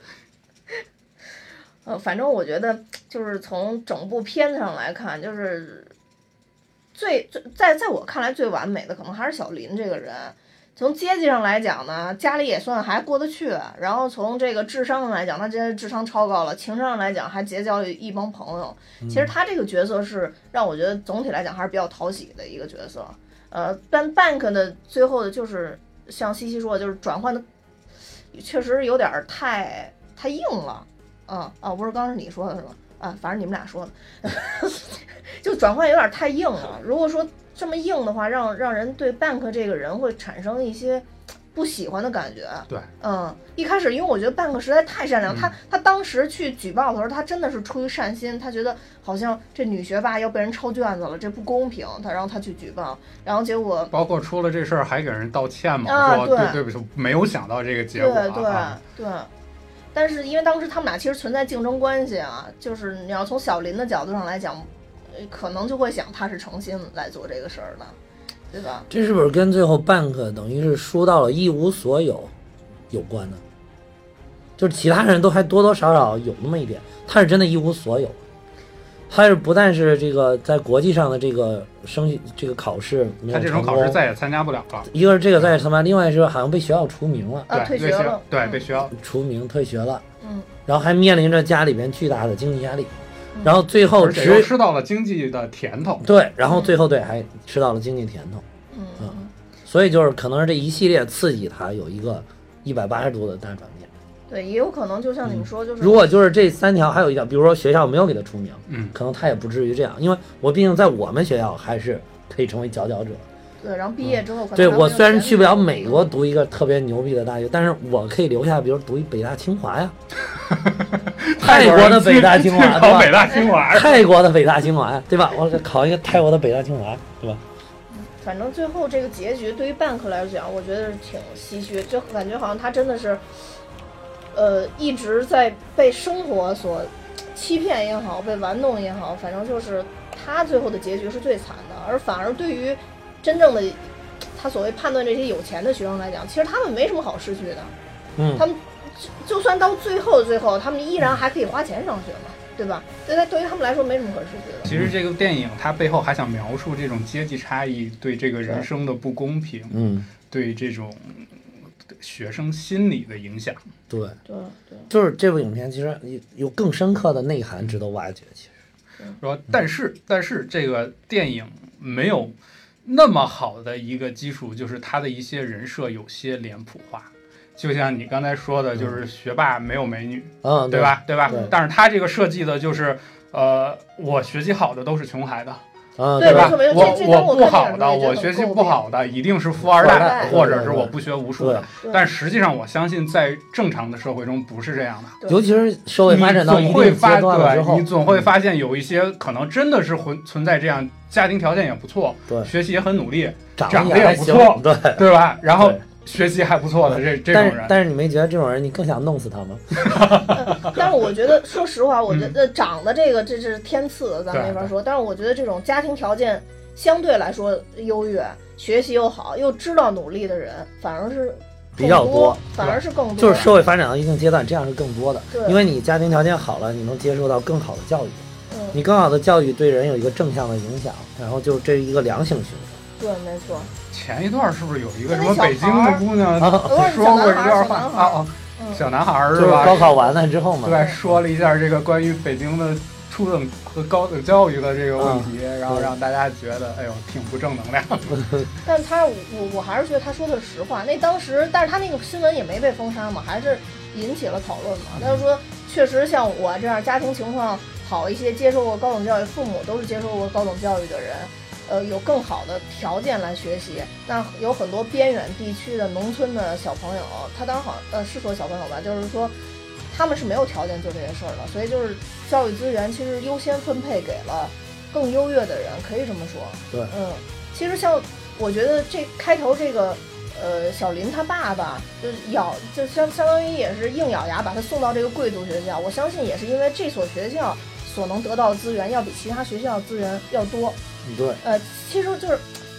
S1: 反正我觉得就是从整部片子上来看，就是在我看来最完美的可能还是小林这个人。从阶级上来讲呢，家里也算还过得去，然后从这个智商上来讲，他真是智商超高了，情商上来讲还结交了一帮朋友。其实他这个角色是让我觉得总体来讲还是比较讨喜的一个角色。但 Bank 的最后的就是像西西说的，就是转换的确实有点太硬了。不是，刚刚是你说的是吧？反正你们俩说的，就转换有点太硬了。如果说这么硬的话，让人对 Bank 这个人会产生一些不喜欢的感觉。
S3: 对，
S1: 一开始因为我觉得 Bank 实在太善良，他当时去举报的时候，他真的是出于善心，他觉得好像这女学霸要被人抄卷子了，这不公平，然后他去举报，然后结果
S3: 包括出了这事儿还给人道歉嘛，说对不起，没有想到这个结果。
S1: 对。但是因为当时他们俩其实存在竞争关系啊，就是你要从小林的角度上来讲，可能就会想他是诚心来做这个事儿的，对吧？
S2: 这是不是跟最后 Bank 等于是输到了一无所有有关呢？就是其他人都还多多少少有那么一点，他是真的一无所有。他是不但是这个在国际上的这个考试没有成功，他
S3: 这种考试再也参加不了了。
S2: 一个是这个再也参加，另外是好像被学校除名了，
S1: 退学了，
S3: 对，被学校
S2: 除名退学了。然后还面临着家里边巨大的经济压力，然后最后
S3: 吃到了经济的甜头。
S2: 对，然后最后还吃到了经济甜头。所以就是可能是这一系列刺激他有一个180度的大转变。
S1: 对，也有可能就像你们说，就是
S2: 如果就是这3条还有一条，比如说学校没有给他除名，可能他也不至于这样，因为我毕竟在我们学校还是可以成为佼佼者。
S1: 对，然后毕业之后可能
S2: 对，我虽然去不了美国读一个特别牛逼的大学，但是我可以留下，比如读一北大清华呀，泰国的北大清华，
S3: 考北大清华，
S2: 泰国的北大清华，对吧？我考一个泰国的北大清华，对吧？
S1: 反正最后这个结局对于 Bank 来讲，我觉得是挺唏嘘，就感觉好像他真的是，一直在被生活所欺骗也好，被玩弄也好，反正就是他最后的结局是最惨的，而反而对于真正的他所谓判断这些有钱的学生来讲，其实他们没什么好失去的。他们就算到最后，他们依然还可以花钱上学嘛，对吧？对于他们来说没什么可失去的。
S3: 其实这个电影它背后还想描述这种阶级差异对这个人生的不公平，对这种学生心理的影响。
S2: 对，就是这部影片其实有更深刻的内涵值得挖掘。其实
S3: 说，但是这个电影没有那么好的一个基础，就是他的一些人设有些脸谱化，就像你刚才说的，就是学霸没有美女，对吧？对吧？但是他这个设计的就是，我学习好的都是穷孩子，对吧？我不好的，我学习不好的一定是富二代，或者是我不学无术的。但实际上，我相信在正常的社会中不是这样的，
S2: 尤其是社会发展到一定阶段了之后，
S3: 你总会发现有一些可能真的是存在这样。家庭条件也不错，
S2: 对，
S3: 学习也很努力，
S2: 长
S3: 得也不错，
S2: 对
S3: 吧？然后学习还不错的这种人，
S2: 但是你没觉得这种人你更想弄死他吗？
S1: 但是我觉得，说实话，我觉得长得这是天赐，咱没法说。但是我觉得这种家庭条件相对来说优越，学习又好，又知道努力的人，反而是
S2: 比较多，
S1: 反而是更多。
S2: 就是社会发展到一定阶段，这样是更多的，因为你家庭条件好了，你能接受到更好的教育。你更好的教育对人有一个正向的影响，然后就这是一个良性循环。
S1: 对，没错。
S3: 前一段是不是有一个什么北京的姑娘说过一段话小男孩是吧？
S2: 就是高考完了之后嘛，
S3: 对，说了一下这个关于北京的初等和高等教育的这个问题，然后让大家觉得哎呦挺不正能量。
S1: 但我还是觉得他说的是实话。那当时，但是他那个新闻也没被封杀嘛，还是引起了讨论嘛。他就说，确实像我这样家庭情况好一些，接受过高等教育，父母都是接受过高等教育的人，有更好的条件来学习。那有很多边远地区的农村的小朋友，他当然好是说小朋友吧，就是说他们是没有条件做这些事儿的，所以就是教育资源其实优先分配给了更优越的人，可以这么说。
S2: 对，
S1: 其实像我觉得这开头这个。小林他爸爸就相当于也是硬咬牙把他送到这个贵族学校，我相信也是因为这所学校所能得到的资源要比其他学校资源要多。
S2: 对，
S1: 其实就是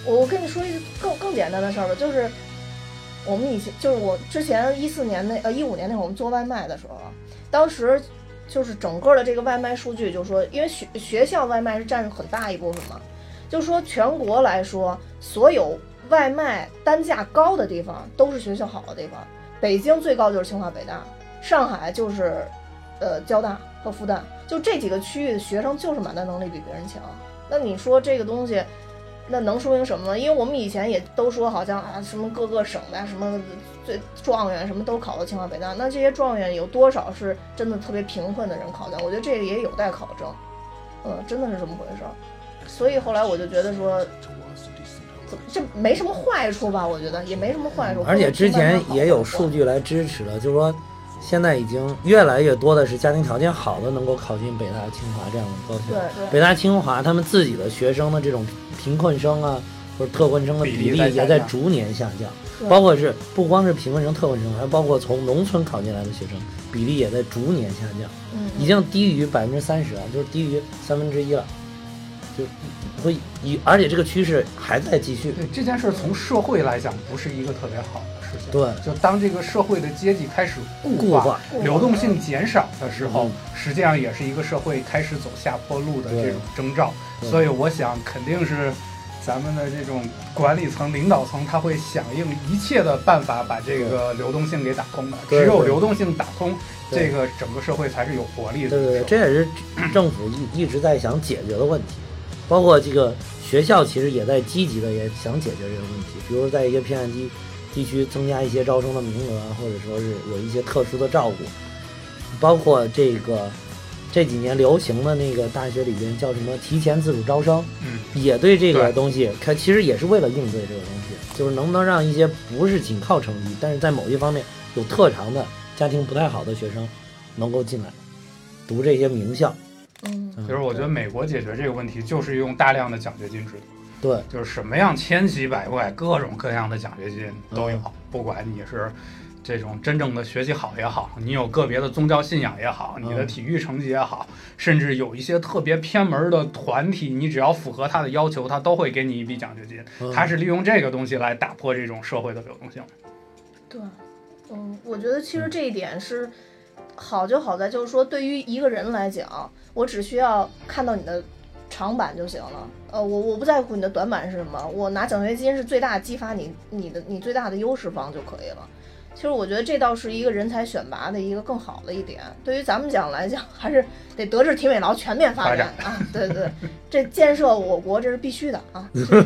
S1: 我跟你说一个更简单的事儿吧，就是我们以前就是我之前15年那会儿我们做外卖的时候，当时就是整个的这个外卖数据，就是说，因为学校外卖是占很大一部分嘛，就是说全国来说，所有外卖单价高的地方都是学校好的地方。北京最高就是清华北大，上海就是交大和复旦，就这几个区域的学生就是买单能力比别人强。那你说这个东西，那能说明什么呢？因为我们以前也都说好像啊，什么各个省的什么最状元什么都考到清华北大，那这些状元有多少是真的特别贫困的人考的？我觉得这个也有待考证。真的是这么回事儿。所以后来我就觉得说，这没什么坏处吧？我觉得也没什么坏处。
S2: 而且之前也有数据来支持了，就是说现在已经越来越多的是家庭条件好的能够考进北大、清华这样的高校。
S1: 对，
S2: 北大、清华他们自己的学生的这种贫困生啊，或者特困生的比例也在逐年下降。包括是不光是贫困生、特困生，还包括从农村考进来的学生，比例也在逐年下降，已经低于30%了，就是低于1/3了，就会而且这个趋势还在继续。
S3: 对这件事从社会来讲，不是一个特别好的事情。
S2: 对，
S3: 就当这个社会的阶级开始固化、流动性减少的时候，实际上也是一个社会开始走下坡路的这种征兆。所以我想，肯定是咱们的这种管理层、领导层，他会响应一切的办法，把这个流动性给打通的。只有流动性打通，这个整个社会才是有活力的。
S2: 对，这也是政府一直在想解决的问题。包括这个学校其实也在积极的也想解决这个问题，比如在一些偏远地区增加一些招生的名额，或者说是有一些特殊的照顾。包括这几年流行的那个大学里边叫什么提前自主招生，也对这个东西其实也是为了应对这个东西，就是能不能让一些不是仅靠成绩，但是在某一方面有特长的家庭不太好的学生能够进来读这些名校。
S3: 就是我觉得美国解决这个问题就是用大量的奖学金制度。
S2: 对，
S3: 就是什么样千奇百怪、各种各样的奖学金都有，不管你是这种真正的学习好也好，你有个别的宗教信仰也好，你的体育成绩也好，甚至有一些特别偏门的团体，你只要符合他的要求，他都会给你一笔奖学金。他是利用这个东西来打破这种社会的流动性。
S1: 对，我觉得其实这一点是好就好在就是说，对于一个人来讲，我只需要看到你的长板就行了。我不在乎你的短板是什么，我拿奖学金是最大激发你最大的优势方就可以了。其实我觉得这倒是一个人才选拔的一个更好的一点。对于咱们讲来讲，还是得德智体美劳全面发展啊！对，这建设我国这是必须的啊！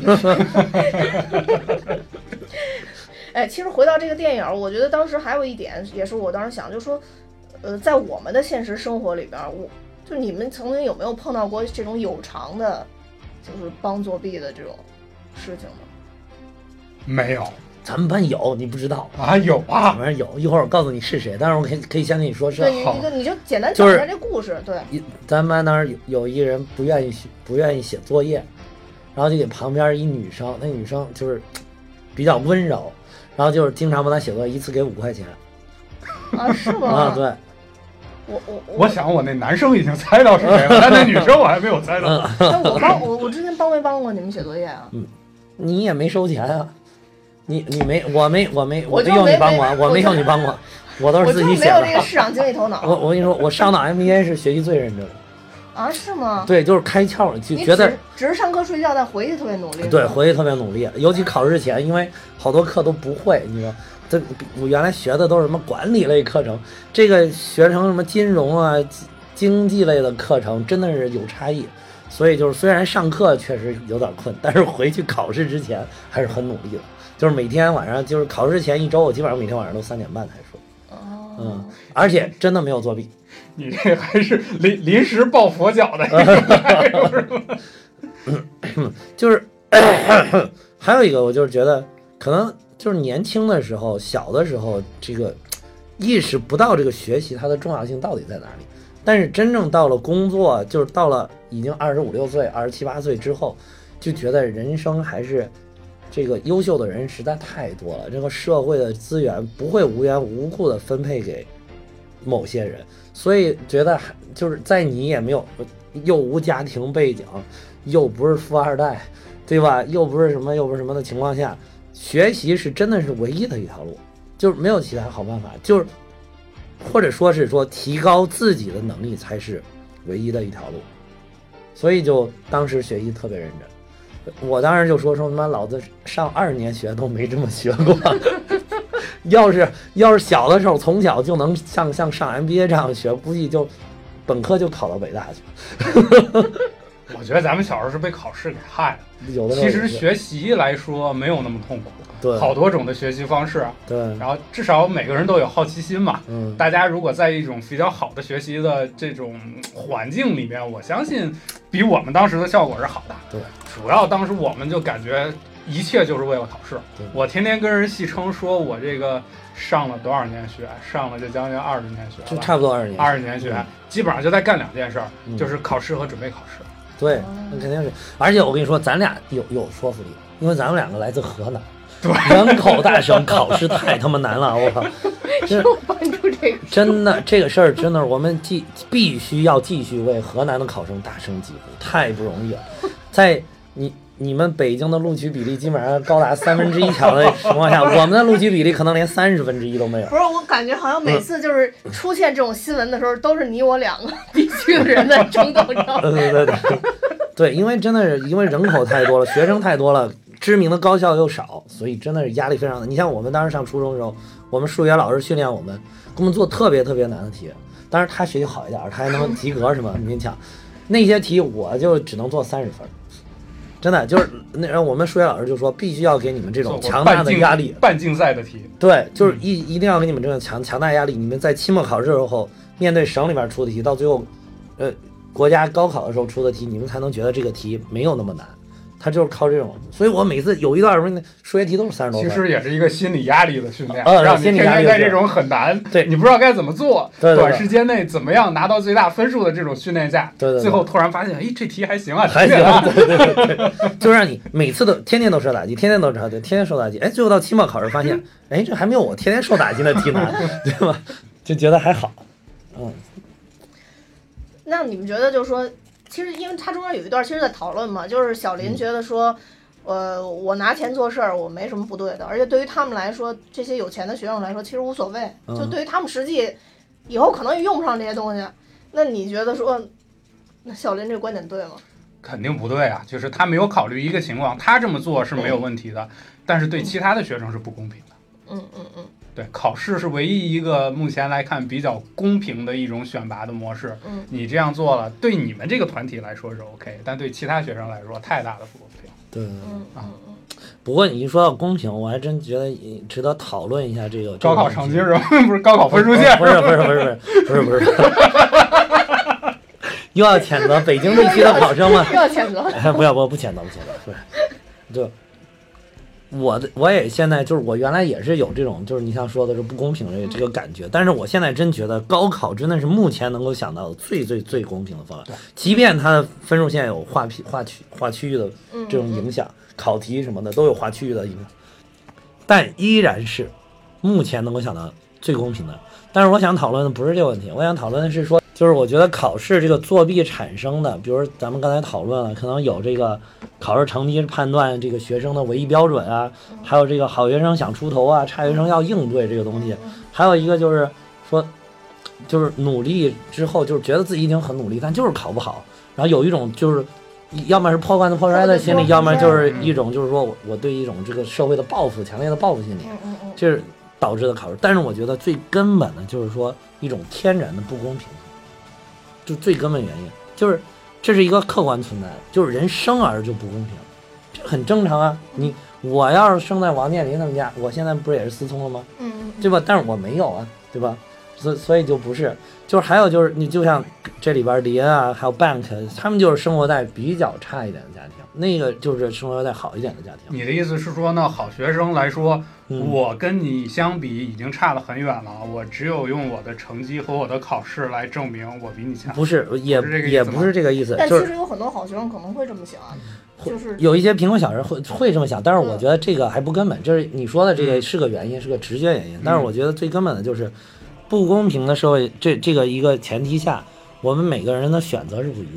S1: 哎，其实回到这个电影，我觉得当时还有一点也是我当时想，就是说，在我们的现实生活里边，就你们曾经有没有碰到过这种有偿的，就是帮作弊的这种事情吗？
S3: 没有，
S2: 咱们班有，你不知道
S3: 啊？有啊，
S2: 反正有，一会儿我告诉你是谁，但是我可以先跟你说是。
S1: 对，你就简单讲一下这故事。对，
S2: 咱们班当时有一个人不愿意写作业，然后就给旁边一女生，那女生就是比较温柔，然后就是经常帮他写作业，一次给5块钱。
S1: 啊，是吗？
S2: 啊，对。
S3: 我想我那男生已经猜到是谁了，但那女生我还没有猜到。
S1: 那我之前帮没帮过你们写作业啊？
S2: 你也没收钱啊，你没，我没用你帮我，我没用你帮我，我都是自己写的。
S1: 我就没有这个市场经济头脑。
S2: 我跟你说，我上到 MBA 是学习最认真的。
S1: 啊，是吗？
S2: 对，就是开窍了，就觉得
S1: 只是上课睡觉，但回去特别努力。
S2: 对，回去特别努力，尤其考试前，因为好多课都不会，你说。我原来学的都是什么管理类课程，这个学成什么金融啊、经济类的课程，真的是有差异。所以就是虽然上课确实有点困，但是回去考试之前还是很努力的。就是每天晚上，就是考试前1周，我基本上每天晚上都3点半才睡。而且真的没有作弊。
S3: 你这还是临时抱佛脚的。
S2: 就是还有一个，我就是觉得可能。就是年轻的时候，小的时候，这个意识不到这个学习它的重要性到底在哪里。但是真正到了工作，就是到了已经25、26岁、27、28岁之后，就觉得人生还是这个优秀的人实在太多了，这个社会的资源不会无缘无故的分配给某些人，所以觉得就是在你也没有又无家庭背景，又不是富二代，对吧？又不是什么的情况下，学习是真的是唯一的一条路，就是没有其他好办法，就是或者说是说提高自己的能力才是唯一的一条路。所以就当时学习特别认真，我当时就说他妈老子上20年学都没这么学过。要是小的时候从小就能像上 MBA 这样学，估计就本科就考到北大去。
S3: 我觉得咱们小时候是被考试给害了。
S2: 有的
S3: 其实学习来说没有那么痛苦，
S2: 对，
S3: 好多种的学习方式，
S2: 对，
S3: 然后至少每个人都有好奇心嘛。
S2: 嗯，
S3: 大家如果在一种比较好的学习的这种环境里面，我相信比我们当时的效果是好的。
S2: 对，
S3: 主要当时我们就感觉一切就是为了考试。我天天跟人戏称说我这个上了多少年学，上了就将近20年学了，
S2: 就差不多20
S3: 年学，基本上就在干2件事，就是考试和准备考试。
S2: 对，那肯定是。而且我跟你说，咱俩有说服力，因为咱们2个来自河南，
S3: 对，
S2: 人口大省，考试太他妈难了，我靠！
S1: 又搬出这个，
S2: 真的这个事儿，真的我们必须要继续为河南的考生大声疾呼，太不容易了。在你们北京的录取比例基本上高达1/3强的情况下，我们的录取比例可能连1/30都没有。
S1: 不是，我感觉好像每次就是出现这种新闻的时候，都是你我2个地区的人在争斗着。
S2: 对，因为真的是因为人口太多了，学生太多了，知名的高校又少，所以真的是压力非常大。你像我们当时上初中的时候，我们数学老师训练我们，给我们做特别特别难的题。当然他学习好一点，他还能及格什么勉强。那些题我就只能做30分。真的就是我们数学老师就说，必须要给你们这种强大的压力，
S3: 半竞赛的题，
S2: 对，就是一定要给你们这种强大压力。你们在期末考试的时候，面对省里边出的题，到最后，国家高考的时候出的题，你们才能觉得这个题没有那么难。他就是靠这种，所以我每次有一段数学题都是30多分。
S3: 其实也是一个心理压力的训练，让你天天在这种很难，
S2: 对，
S3: 你不知道该怎么做，
S2: 对
S3: 短时间内怎么样拿到最大分数的这种训练下，
S2: 对，
S3: 最后突然发现，哎，这题还行啊，
S2: 还行，对，就让你每次都天天都受打击，天天都天天受打击，哎，最后到期末考试发现，哎，这还没有我天天受打击的题难，对吧？就觉得还好，
S1: 那你们觉得就是说？其实，因为他中间有一段其实在讨论嘛，就是小林觉得说，我拿钱做事儿，我没什么不对的，而且对于他们来说，这些有钱的学生来说，其实无所谓，就对于他们实际以后可能用不上这些东西。那你觉得说，那小林这个观点对吗？
S3: 肯定不对啊，就是他没有考虑一个情况，他这么做是没有问题的，但是对其他的学生是不公平的。对，考试是唯一一个目前来看比较公平的一种选拔的模式。你这样做了，对你们这个团体来说是 OK， 但对其他学生来说太大的不公平。
S2: 对，不过你一说到公平，我还真觉得值得讨论一下这个
S3: 高考成绩是吧？不是高考分数线，
S2: 不是，又要谴责北京地区的考生吗？
S1: 又要谴责？
S2: 不谴责，不是，就。我也现在就是我原来也是有这种就是你像说的是不公平的这个感觉，但是我现在真觉得高考真的是目前能够想到的最公平的方案，即便它的分数线有划区域的这种影响，考题什么的都有划区域的影响，但依然是目前能够想到最公平的。但是我想讨论的不是这个问题，我想讨论的是说，就是我觉得考试这个作弊产生的，比如咱们刚才讨论了，可能有这个考试成绩判断这个学生的唯一标准啊，还有这个好学生想出头啊，差学生要应对这个东西，还有一个就是说，就是努力之后就是觉得自己已经很努力，但就是考不好，然后有一种就是要么是破罐子破摔的心理，要么就是一种就是说我对一种这个社会的报复，强烈的报复心理，就是导致的考试。但是我觉得最根本的就是说一种天然的不公平，就最根本原因就是这是一个客观存在，就是人生而就不公平，这很正常啊。我要是生在王健林他们家，我现在不是也是思聪了吗？对吧？但是我没有啊，对吧？所以就不是，就是还有就是你就像这里边林啊，还有 Bank， 他们就是生活在比较差一点的家庭，那个就是生活在好一点的家庭。
S3: 你的意思是说呢，好学生来说，我跟你相比已经差得很远了，我只有用我的成绩和我的考试来证明我比你强。
S2: 不是，也不是这个意思。
S1: 但其实有很多好学生可能会这么想啊。就是
S2: 有一些贫困小人会这么想，但是我觉得这个还不根本，就是你说的这个是个原因，是个直接原因。但是我觉得最根本的就是不公平的社会，这个一个前提下，我们每个人的选择是不一样的。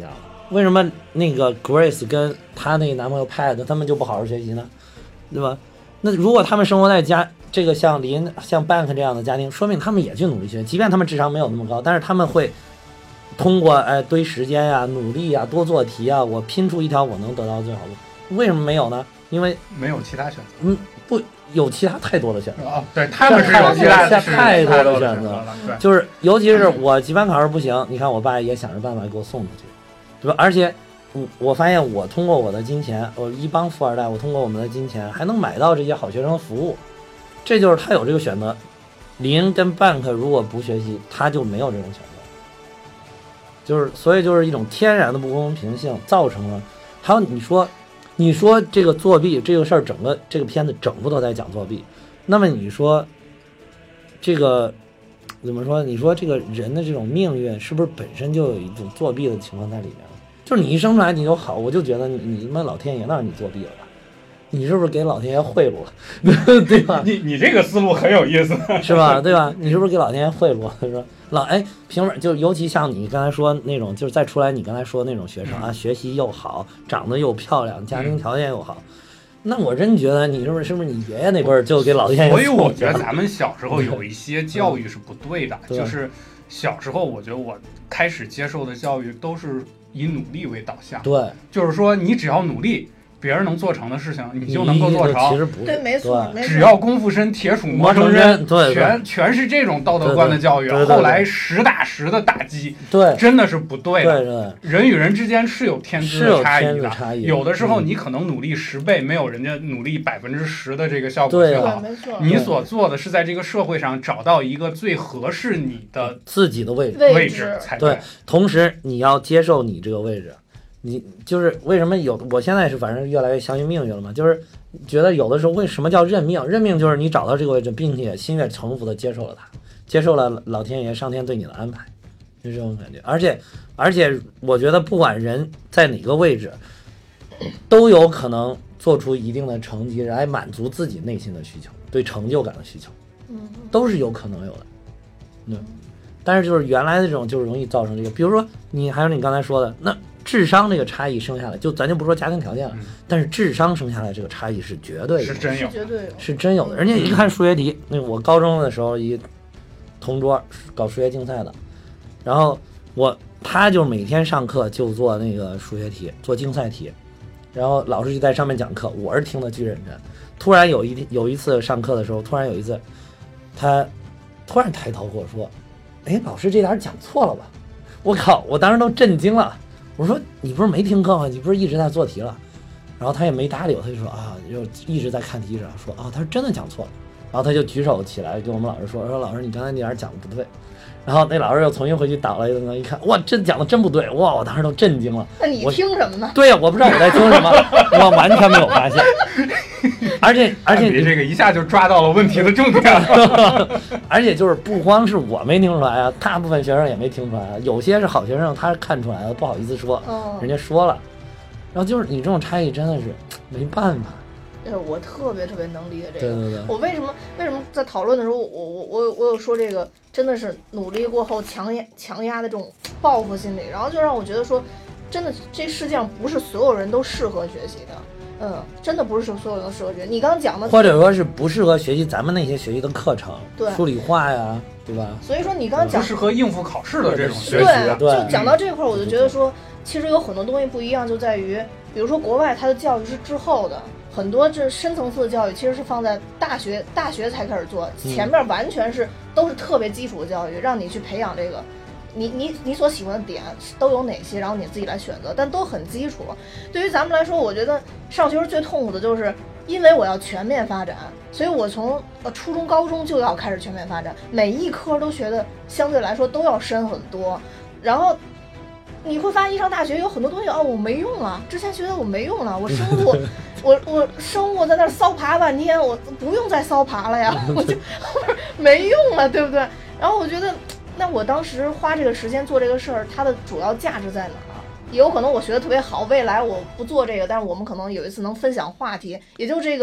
S2: 为什么那个 Grace 跟她那个男朋友 Pat 他们就不好好学习呢？对吧？那如果他们生活在这个像林像 Bank 这样的家庭，说明他们也去努力学，即便他们智商没有那么高，但是他们会通过堆时间呀、努力呀、多做题啊，我拼出一条我能得到最好的。为什么没有呢？因为
S3: 没有其他选择。
S2: 不有其他太多的选择。
S3: 对，他们是有其他
S2: 太多的选择
S3: 了。对，
S2: 就是尤其是我几班考试不行，你看我爸也想着办法给我送出去，对吧？而且我发现我通过我的金钱，我一帮富二代，我通过我们的金钱还能买到这些好学生的服务，这就是他有这个选择。林跟 Bank 如果不学习，他就没有这种选择，就是所以就是一种天然的不公平性造成了。还有你说这个作弊这个事儿，整个这个片子整部都在讲作弊，那么你说这个怎么说？你说这个人的这种命运是不是本身就有一种作弊的情况在里面？就是你一生出来你就好，我就觉得你他妈老天爷让你作弊了吧？你是不是给老天爷贿赂了？对吧？
S3: 你这个思路很有意思，
S2: 是吧？对吧？你是不是给老天爷贿赂？他说凭什么？就尤其像你刚才说那种，就是再出来你刚才说那种学生啊，学习又好，长得又漂亮，家庭条件又好，那我真觉得你是不是你爷爷那辈儿就给老天爷？
S3: 所以我觉得咱们小时候有一些教育是不对的，就是小时候我觉得我开始接受的教育都是以努力为导向，
S2: 对，
S3: 就是说你只要努力。别人能做成的事情，你就能够做成。
S2: 其实不
S1: 对，没错，
S3: 只要功夫深，铁杵磨成针。对，全是这种道德观的教育。后来实打实的打击，
S2: 对，
S3: 真的是不对的。
S2: 对，
S3: 人与人之间是有天资的差异的。有的时候你可能努力10倍，没有人家努力10%的这个效果最好。
S1: 没错。
S3: 你所做的是在这个社会上找到一个最合适你的
S2: 自己的位
S3: 置才
S2: 对。同时，你要接受你这个位置。你就是为什么我现在是反正越来越相信命运了嘛，就是觉得有的时候为什么叫认命？认命就是你找到这个位置，并且心悦诚服的接受了它，接受了老天爷上天对你的安排，就这种感觉。而且我觉得不管人在哪个位置，都有可能做出一定的成绩来满足自己内心的需求，对成就感的需求，都是有可能有的。但是就是原来的这种就是容易造成这个，比如说还有你刚才说的那。智商这个差异生下来，咱就不说家庭条件了，但是智商生下来这个差异是绝对的，是真有的。人家一看数学题，那我高中的时候一同桌搞数学竞赛的，然后他就每天上课就做那个数学题，做竞赛题，然后老师就在上面讲课，我是听得巨认真。突然有一次上课的时候，他突然抬头跟我说：“哎，老师这点讲错了吧？”我靠！我当时都震惊了。我说你不是没听课吗？你不是一直在做题了？然后他也没搭理我，他就说就一直在看题，然后说他是真的讲错了。然后他就举手起来跟我们老师说老师你刚才那点讲的不对。然后那老师又重新回去倒了一顿，一看哇，真讲的真不对，哇！我当时都震惊了。
S1: 那你听什么呢？
S2: 对呀，我不知道我在听什么，我完全没有发现。而且
S3: 你这个一下就抓到了问题的重点
S2: 了。而且就是不光是我没听出来啊，大部分学生也没听出来啊。有些是好学生，他看出来了，不好意思说，人家说了。然后就是你这种差异真的是没办法。
S1: 我特别能理解这个。
S2: 对。
S1: 我为什么在讨论的时候，我有说这个真的是努力过后强压的这种报复心理，然后就让我觉得说，真的这世界上不是所有人都适合学习的。真的不是所有人都适合学习。你刚刚讲的，
S2: 或者说是不适合学习咱们那些学习的课程，
S1: 对，
S2: 数理化呀，对吧？
S1: 所以说你刚刚讲
S3: 不适合应付考试的这种学习，
S1: 对，就讲到这块，我就觉得说，其实有很多东西不一样，就在于，比如说国外它的教育是滞后的，很多这深层次的教育其实是放在大学才开始做，前面完全都是特别基础的教育，让你去培养这个。你所喜欢的点都有哪些，然后你自己来选择，但都很基础。对于咱们来说，我觉得上学最痛苦的就是因为我要全面发展，所以我从初中高中就要开始全面发展，每一科都学的相对来说都要深很多。然后你会发现一上大学有很多东西我没用了，之前学的我没用了，我生物我生物在那骚爬半天，我不用再骚爬了呀，我就没用了，对不对？然后我觉得那我当时花这个时间做这个事儿，它的主要价值在哪儿？也有可能我学的特别好，未来我不做这个，但是我们可能有一次能分享话题，也就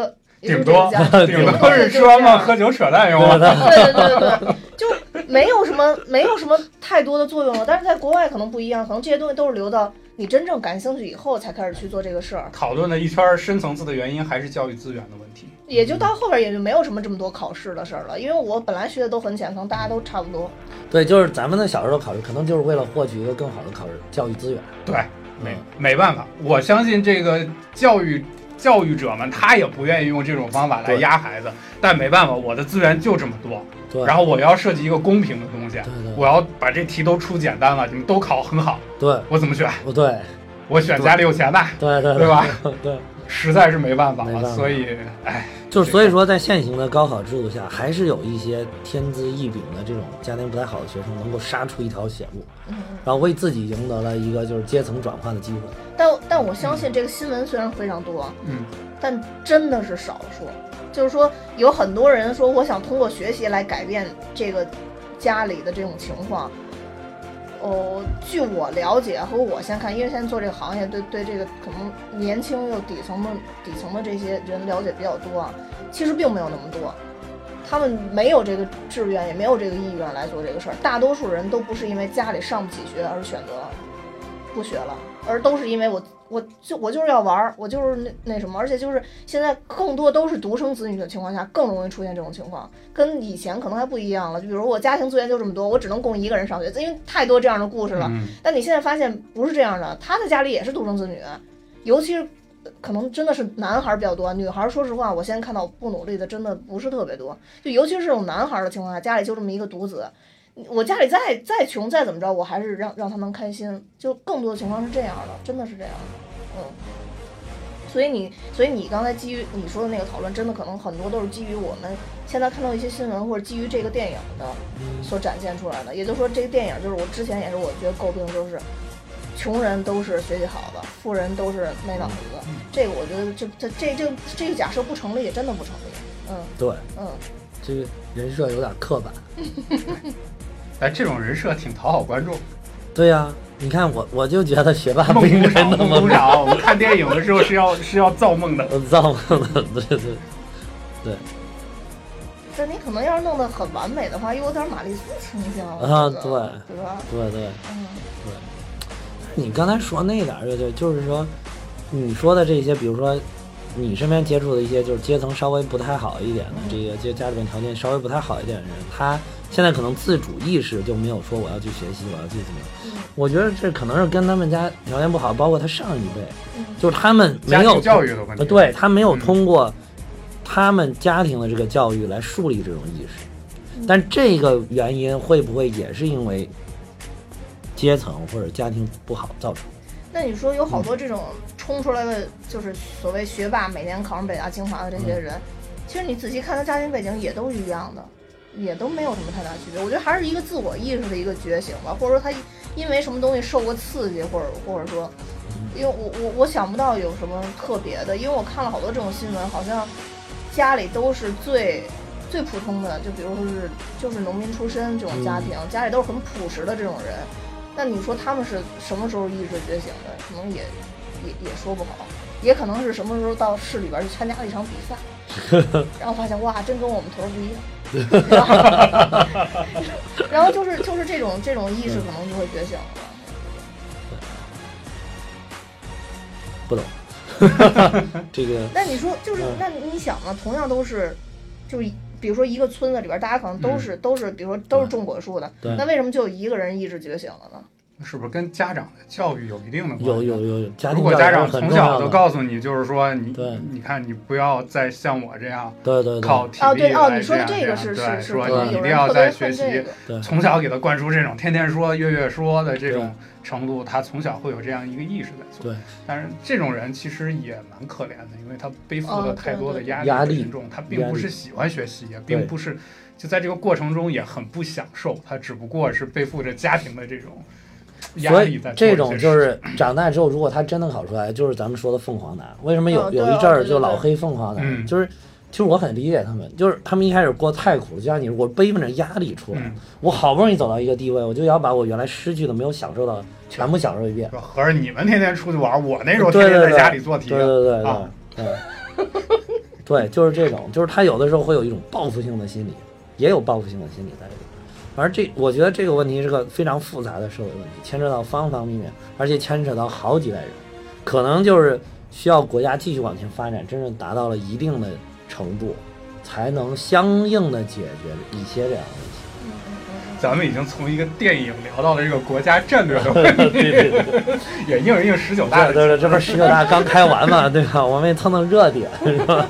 S1: 也就这个家，
S3: 顶多是吃完饭喝酒扯淡用了。
S1: 对，就没有什么太多的作用了。但是在国外可能不一样，可能这些东西都是留到你真正感兴趣以后才开始去做这个事儿。
S3: 讨论了一圈深层次的原因，还是教育资源的问题。
S1: 也就到后边也就没有这么多考试的事儿了，因为我本来学的都很浅，可能大家都差不多。
S2: 对，就是咱们的小时候考试，可能就是为了获取一个更好的教育资源。
S3: 对，没办法，我相信这个教育者们他也不愿意用这种方法来压孩子，但没办法，我的资源就这么多。
S2: 对，
S3: 然后我要设计一个公平的东西，
S2: 对，
S3: 我要把这题都出简单了，你们都考很好，
S2: 对，
S3: 我怎么选？
S2: 不对，
S3: 我选家里有钱的，
S2: 对
S3: 吧？
S2: 对，
S3: 实在是没办法了，所以，
S2: 所以说，在现行的高考制度下，还是有一些天资异禀的这种家庭不太好的学生，能够杀出一条血路，然后为自己赢得了一个就是阶层转换的机会。
S1: 但我相信这个新闻虽然非常多，但真的是少数。就是说，有很多人说，我想通过学习来改变这个家里的这种情况。据我了解和我先看，因为现在做这个行业，对这个可能年轻又底层的这些人了解比较多啊，其实并没有那么多，他们没有这个志愿，也没有这个意愿来做这个事儿。大多数人都不是因为家里上不起学而选择不学了，而都是因为我就是要玩，我就是那什么，而且就是现在更多都是独生子女的情况下，更容易出现这种情况，跟以前可能还不一样了。就比如我家庭资源就这么多，我只能供一个人上学，因为太多这样的故事了。但你现在发现不是这样的，他的家里也是独生子女，尤其是可能真的是男孩比较多，女孩说实话，我现在看到不努力的真的不是特别多。就尤其是这种男孩的情况下，家里就这么一个独子。我家里再穷再怎么着，我还是让他能开心。就更多的情况是这样的，真的是这样的，所以你刚才基于你说的那个讨论，真的可能很多都是基于我们现在看到一些新闻，或者基于这个电影的所展现出来的。也就是说，这个电影就是我之前也是我觉得诟病，就是穷人都是学习好的，富人都是没脑子的。这个我觉得这个假设不成立，真的不成立。
S2: 对，这个人设有点刻板。
S3: 哎，这种人设挺讨好观众。
S2: 对呀，你看我就觉得学霸不应该那么
S3: 梦想。我们看电影的时候是要造梦的，
S2: 造梦的，对。
S1: 但你可能要是弄得很完美的话，又有点玛丽苏倾向
S2: 啊，对
S1: 吧？
S2: 对，对。你刚才说那点儿，就是说，你说的这些，比如说你身边接触的一些就是阶层稍微不太好一点的，这个就家里面条件稍微不太好一点的人，他现在可能自主意识就没有说我要去学习，我要去怎么样。我觉得这可能是跟他们家条件不好，包括他上一辈，就是他们没有
S3: 教育的问题，
S2: 对，他没有通过他们家庭的这个教育来树立这种意识。但这个原因会不会也是因为阶层或者家庭不好造成？
S1: 那你说有好多这种冲出来的就是所谓学霸，每年考上北大清华的这些人，其实你仔细看他家庭背景也都是一样的，也都没有什么太大区别。我觉得还是一个自我意识的一个觉醒吧，或者说他因为什么东西受过刺激，或者说，因为我想不到有什么特别的，因为我看了好多这种新闻，好像家里都是最普通的，就比如说就是农民出身这种家庭，家里都是很朴实的这种人。那你说他们是什么时候意识觉醒的？可能也说不好，也可能是什么时候到市里边去参加了一场比赛，然后发现哇，真跟我们头不一样，然后就是这种意识可能就会觉醒了。
S2: 不懂这个。
S1: 那你说就是，那你想嘛，同样都是，就是比如说一个村子里边，大家可能都是，比如说都是种果树的，那为什么就有一个人意志觉醒了呢？
S3: 是不是跟家长的教育有一定的关系？
S2: 有，
S3: 如果家长从小就告诉你，就是说你看你不要再像我这样，
S2: 对，
S3: 靠体力
S1: 你说的这个是
S3: 说你一定要在学习，从小给他灌输这种天天说月说的这种程度，他从小会有这样一个意识在做。
S2: 对，
S3: 但是这种人其实也蛮可怜的，因为他背负了太多的压力沉重，他并不是喜欢学习，也并不是就在这个过程中也很不享受，他只不过是背负着家庭的这种。
S2: 所以这种就是长大之后，如果他真的考出来，就是咱们说的凤凰男。为什么有一阵儿就老黑凤凰男？就是其实我很理解他们，就是他们一开始过太苦了，就像你，我背负着压力出来，我好不容易走到一个地位，我就要把我原来失去的没有享受到全部享受一遍。
S3: 合着你们天天出去玩，我那时候天天在家里做题。
S2: 对。 对，就是这种，就是他有的时候会有一种报复性的心理，也有报复性的心理在里边。反正我觉得这个问题是个非常复杂的社会问题，牵扯到方方面面，而且牵扯到好几代人，可能就是需要国家继续往前发展，真正达到了一定的程度，才能相应的解决一些这样的问题。
S3: 咱们已经从一个电影聊到了这个国家战略的问题，对，也应19大的。
S2: 对，这不是19大刚开完嘛，对吧？我们也蹭蹭热点，是吧？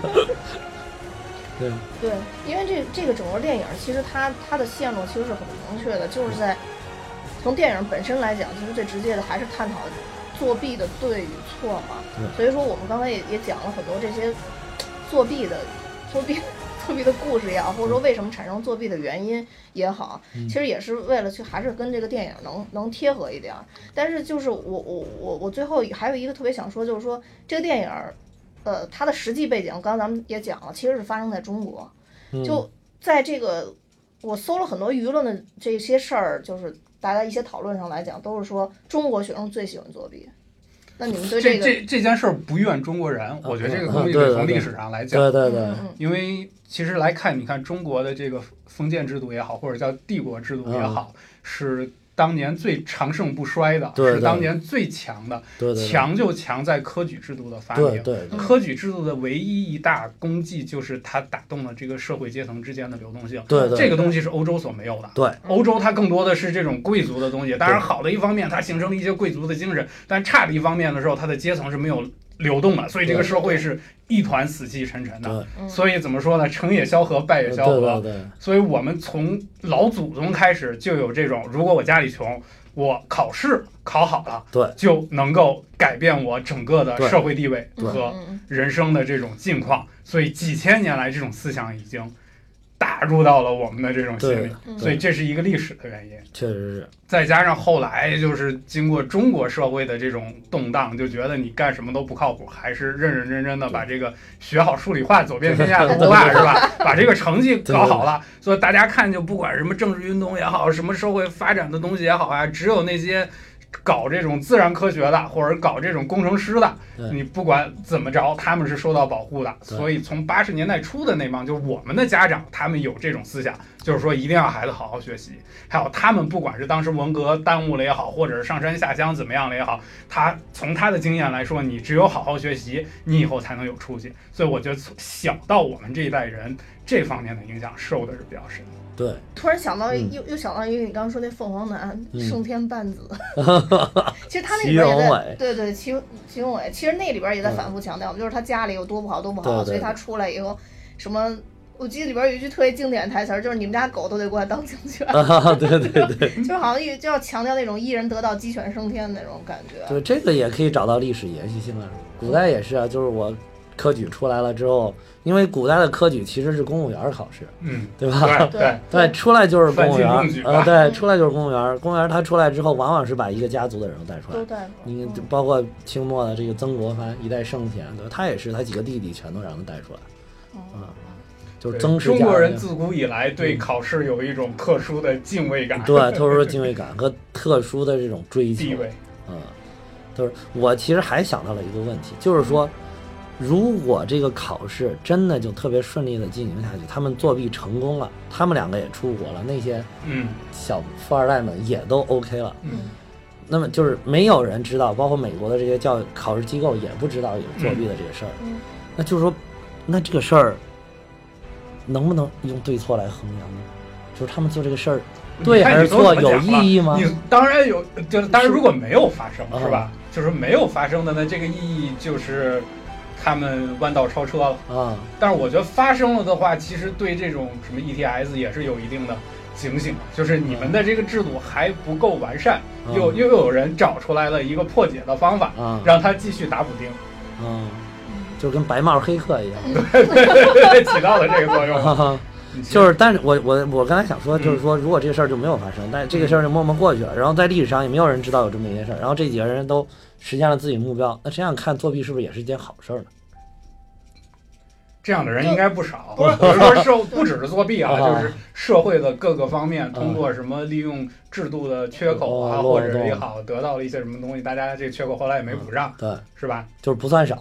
S1: 对，因为这个整个电影其实它的线路其实是很明确的，就是在从电影本身来讲，其实最直接的还是探讨作弊的对与错嘛。所以说我们刚才也讲了很多这些作弊的故事也好，或者说为什么产生作弊的原因也好，其实也是为了还是跟这个电影能贴合一点。但是就是我最后还有一个特别想说，就是说这个电影它的实际背景，刚刚咱们也讲了，其实是发生在中国。就在这个我搜了很多舆论的这些事儿，就是大家一些讨论上来讲，都是说中国学生最喜欢作弊。那你们对
S3: 这件事儿不怨中国人，我觉得这个东西得从历史上来讲。
S2: 对，
S3: 因为其实来看，你看中国的这个封建制度也好，或者叫帝国制度也好，是当年最长盛不衰的，是当年最强的。强就强在科举制度的发明。科举制度的唯一一大功绩就是它打动了这个社会阶层之间的流动性。这个东西是欧洲所没有的。
S2: 对，
S3: 欧洲它更多的是这种贵族的东西。当然，好的一方面，它形成了一些贵族的精神，但差的一方面的时候，它的阶层是没有流动的，所以这个社会是一团死气沉沉的。所以怎么说呢？成也萧何，败也萧何。所以我们从老祖宗开始就有这种，如果我家里穷，我考试考好了，就能够改变我整个的社会地位和人生的这种境况。所以几千年来，这种思想已经打入到了我们的这种心里，所以这是一个历史的原因。
S2: 确实是。
S3: 再加上后来就是经过中国社会的这种动荡，就觉得你干什么都不靠谱，还是认认真真的把这个学好数理化，走遍天下都不怕，是吧？把这个成绩搞好了，所以大家看，就不管什么政治运动也好，什么社会发展的东西也好啊，只有那些搞这种自然科学的或者搞这种工程师的，你不管怎么着，他们是受到保护的。所以从80年代初的那帮，就是我们的家长，他们有这种思想，就是说一定要孩子好好学习。还有他们不管是当时文革耽误了也好，或者是上山下乡怎么样了也好，他从他的经验来说，你只有好好学习，你以后才能有出息。所以我觉得小到我们这一代人，这方面的影响受的是比较深。
S2: 对，
S1: 突然想到又想到一个你刚刚说那凤凰男胜天半子，其实他那里边也在对祁宏伟，其实那里边也在反复强调，就是他家里有多不好，所以他出来以后什么。我记得里边有一句特别经典的台词，就是你们家狗都得过来当警犬。对，就好像就要强调那种一人得道鸡犬升天的那种感觉。
S2: 对，这个也可以找到历史延续性啊。古代也是啊，就是我科举出来了之后，因为古代的科举其实是公务员考试，对吧？对，出来就是公务员，对，出来就是公务员。公务员他出来之后，往往是把一个家族的人带出来。你包括清末的这个曾国藩一代圣贤，对吧？他也是，他几个弟弟全都让他带出来。就是曾氏家。
S3: 中国人自古以来对考试有一种特殊的敬畏感，
S2: 对，特殊的敬畏感和特殊的这种追求。就是我其实还想到了一个问题，就是说，如果这个考试真的就特别顺利的进行下去，他们作弊成功了，他们两个也出国了，那些小富二代们也都 OK 了，那么就是没有人知道，包括美国的这些考试机构也不知道有作弊的这个事儿，那就是说，那这个事儿能不能用对错来衡量呢？就是他们做这个事儿对还是错，有意义吗？
S3: 你当然有，就是当然如果没有发生，是吧？就是没有发生的呢，这个意义就是他们弯道超车了但是我觉得发生了的话，其实对这种什么 ETS 也是有一定的警醒，就是你们的这个制度还不够完善，又有人找出来了一个破解的方法，让他继续打补丁。
S2: 就跟白帽黑客一样，
S3: 对，起到了这个作用。
S2: 就是，但是我刚才想说，就是说，如果这个事儿就没有发生，但这个事儿就默默过去了，然后在历史上也没有人知道有这么一件事儿，然后这几个人都实现了自己目标，那这样看作弊是不是也是一件好事呢？
S3: 这样的人应该不少，比如说不只是作弊啊，就是社会的各个方面，通过什么利用制度的缺口啊，或者也好，得到了一些什么东西，大家这个缺口后来也没补上，
S2: 对，
S3: 是吧？
S2: 就是不算少。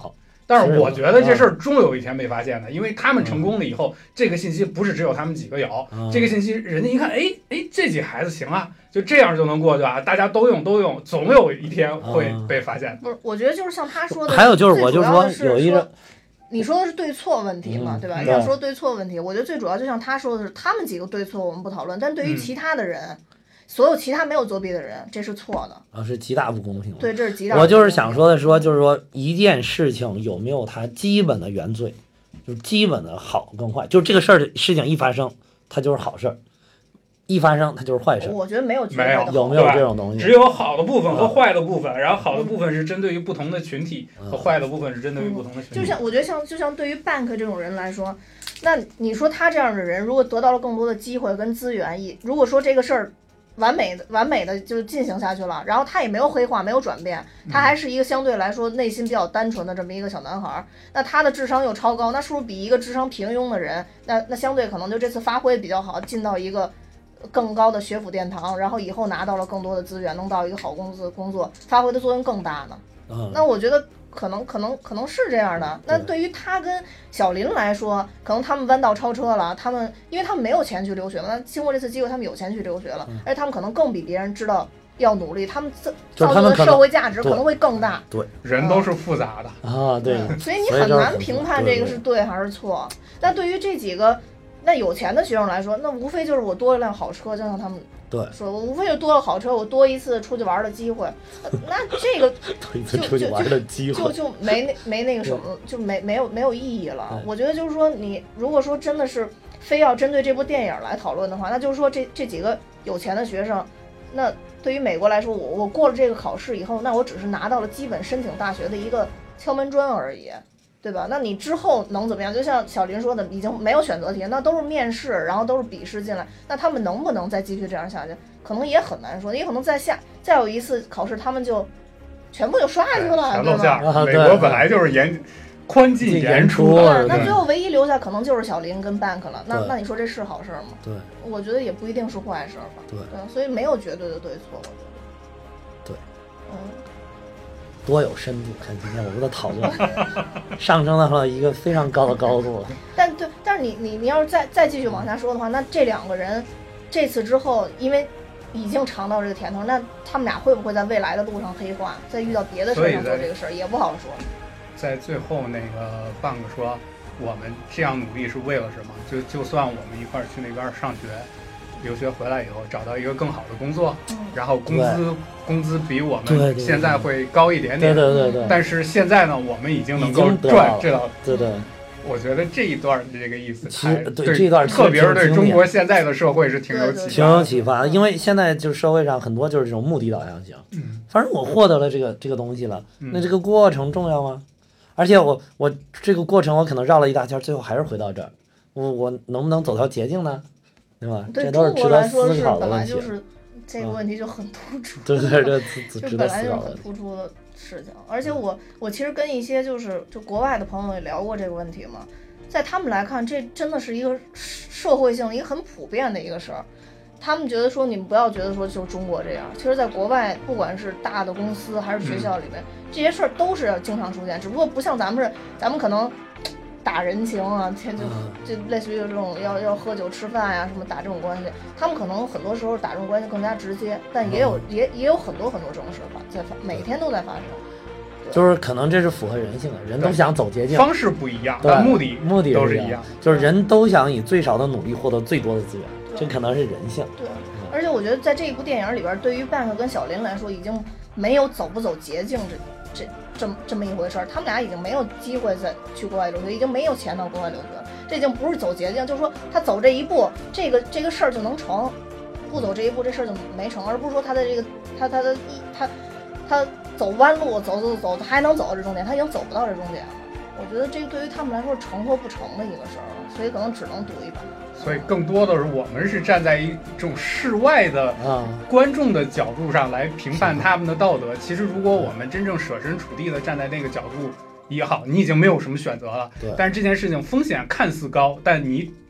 S3: 但是我觉得这事儿终有一天被发现的，因为他们成功了以后，这个信息不是只有他们几个有，这个信息人家一看，哎，这几孩子行啊，就这样就能过去啊，大家都用，总有一天会被发现。
S1: 不是，我觉得就是像他说的，
S2: 还有就是我就说有一个。
S1: 你说的是对错问题嘛，对吧？你要说对错问题，我觉得最主要就像他说的是，他们几个对错我们不讨论，但对于其他的人，所有其他没有作弊的人，这是错的
S2: 是极大不公平的。
S1: 对，这是极大不公平的。
S2: 我就是想说的就是说一件事情有没有它基本的原罪，就是基本的好跟坏，就是这个事情一发生，它就是好事儿。一发生它就是坏事。
S1: 我觉得没有
S2: 有没有这种东西？
S3: 只有好的部分和坏的部分，然后好的部分是针对于不同的群体，和坏的部分是针对于不同的群体。
S1: 就像我觉得就像对于 Bank 这种人来说，那你说他这样的人如果得到了更多的机会跟资源，如果说这个事儿完美的就进行下去了，然后他也没有黑化，没有转变，他还是一个相对来说内心比较单纯的这么一个小男孩，那他的智商又超高，那是不是比一个智商平庸的人，那相对可能就这次发挥比较好，进到一个更高的学府殿堂，然后以后拿到了更多的资源，能到一个好公司工作，发挥的作用更大呢？那我觉得可能是这样的。那对于他跟小林来说，可能他们弯道超车了，因为他们没有钱去留学嘛，那经过这次机会，他们有钱去留学了，而且他们可能更比别人知道要努力，他们造就的社会价值可能会更大。
S2: 对，
S3: 人都是复杂的
S2: 啊，对，
S1: 所以你很难评判这个是对还是错。但对于这几个那有钱的学生来说，那无非就是我多了辆好车，就像他们说，我无非就多了好车，我多一次出去玩的机会。那这个
S2: 多一次出去玩的机会
S1: 就没那个什么，就没有意义了。我觉得就是说，你如果说真的是非要针对这部电影来讨论的话，那就是说这几个有钱的学生，那对于美国来说，我过了这个考试以后，那我只是拿到了基本申请大学的一个敲门砖而已。对吧？那你之后能怎么样？就像小林说的，已经没有选择题，那都是面试，然后都是笔试进来，那他们能不能再继续这样下去？可能也很难说，也可能再有一次考试，他们就全部就刷下去了，对
S3: 吧？美国本来就是宽进严出，
S1: 那最后唯一留下可能就是小林跟 Bank 了。那你说这是好事吗？
S2: 对，
S1: 我觉得也不一定是坏事吧。
S2: 对，
S1: 所以没有绝对的对错，我觉
S2: 得。对，多有深度！看今天我们的讨论上升到了一个非常高的高度了。
S1: 但是你要是再继续往下说的话，那这两个人这次之后，因为已经尝到这个甜头，那他们俩会不会在未来的路上黑化，再遇到别的事上做这个事儿也不好说。
S3: 在最后那个Bank说，我们这样努力是为了什么？就算我们一块儿去那边上学。留学回来以后找到一个更好的工作，然后工资比我们现在会高一点点。
S2: 对。
S3: 但是现在呢，我们已经能够赚这道。
S2: 对。
S3: 我觉得这一段的这个意思，
S2: 对这段
S3: 特别是对中国现在的社会是挺有
S2: 启发的，因为现在就是社会上很多就是这种目的导向型。反正我获得了这个东西了，那这个过程重要吗？而且我这个过程我可能绕了一大圈，最后还是回到这儿，我能不能走条捷径呢？对吧？
S1: 对
S2: 这都是值得思考的问题。
S1: 就是这个问题就很突出。
S2: 对，这
S1: 就本来就是很突出的事情。而且我其实跟一些就国外的朋友也聊过这个问题嘛，在他们来看，这真的是一个社会性的一个很普遍的一个事儿。他们觉得说，你们不要觉得说就是中国这样，其实在国外，不管是大的公司还是学校里面，这些事儿都是经常出现，只不过不像咱们可能。打人情啊，就类似于这种要喝酒吃饭呀，什么打这种关系，他们可能很多时候打这种关系更加直接，但也有很多这种事每天都在发生。
S2: 就是可能这是符合人性的，人都想走捷径，
S3: 方式不一样，但目的都是一样，
S2: 就是人都想以最少的努力获得最多的资源，这可能是人性。
S1: 对，而且我觉得在这一部电影里边，对于Bank跟小林来说，已经没有走不走捷径这么一回事儿，他们俩已经没有机会再去国外留学，已经没有钱到国外留学了。这已经不是走捷径，就是说他走这一步，这个事儿就能成；不走这一步，这事儿就没成。而不是说他的这个他走弯路，走还能走到这终点，他已经走不到这终点了。我觉得这对于他们来说是成或不成的一个事儿了，所以可能只能赌一把。
S3: 所以更多的是我们是站在一种世外的观众的角度上来评判他们的道德。其实如果我们真正设身处地的站在那个角度也好，你已经没有什么选择了。但是这件事情风险看似高，但你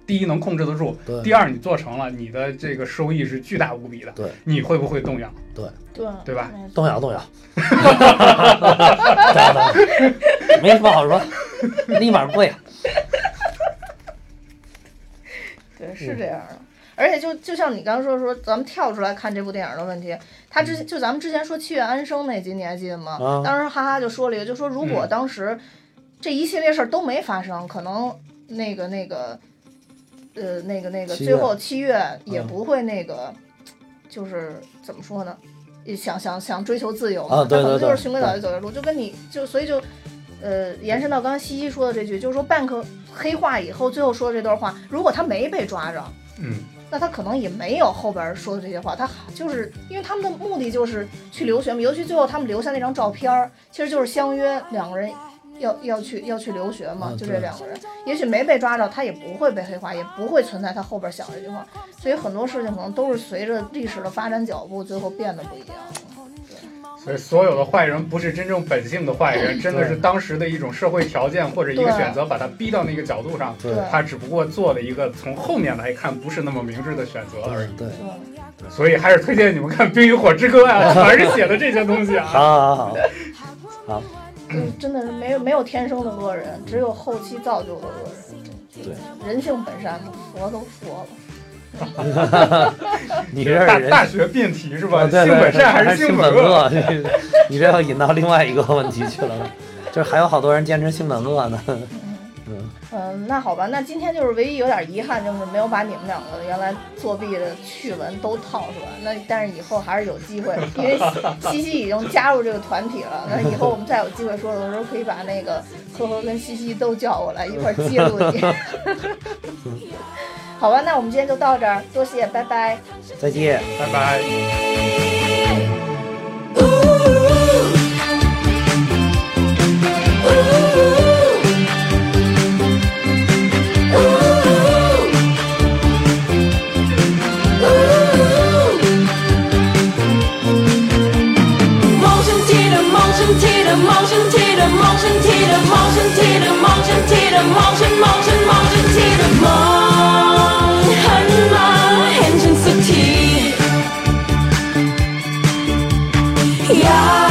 S3: 第一能控制得住，第二你做成了，你的这个收益是巨大无比的，
S2: 对，
S3: 你会不会动摇？
S1: 对
S3: 吧？
S2: 动摇，没什么好说，立马跪。
S1: 对，是这样的。而且就像你刚刚说，咱们跳出来看这部电影的问题，就咱们之前说《七月安生》那集，你还记得吗？当时哈哈就说了一个，就说如果当时这一系列事儿都没发生，可能那个最后7月也不会就是怎么说呢？想追求自由嘛，他可能就是循规蹈矩走的路，就跟你所以延伸到刚才西西说的这句，就是说 Bank 黑化以后最后说的这段话，如果他没被抓着，那他可能也没有后边说的这些话，他就是因为他们的目的就是去留学嘛，尤其最后他们留下那张照片，其实就是相约2个人要去留学嘛，就这2个人，也许没被抓着，他也不会被黑化，也不会存在他后边想这句话，所以很多事情可能都是随着历史的发展脚步，最后变得不一样。
S3: 所以所有的坏人不是真正本性的坏人，真的是当时的一种社会条件或者一个选择把他逼到那个角度上，他只不过做了一个从后面来看不是那么明智的选择而已。
S2: 对，
S3: 所以还是推荐你们看《冰与火之歌》啊，全是写的这些东西啊。
S2: 好，
S1: 真的是没有天生的恶人，只有后期造就的恶人。
S2: 对，
S1: 人性本善，佛都说了。
S2: 你这是
S3: 大学辩题是吧？
S2: 性
S3: 本善还是性本恶？
S2: 你这要引到另外一个问题去了，就是还有好多人坚持性本恶呢。
S1: 那好吧，那今天就是唯一有点遗憾，就是没有把你们2个原来作弊的趣闻都套出来。那但是以后还是有机会，因为西西已经加入这个团体了。那以后我们再有机会说的时候，可以把那个呵呵跟西西都叫过来一块记录你。好吧，那我们今天就到这儿，多谢，拜拜，
S2: 再见，
S3: 拜拜。
S4: Yeah.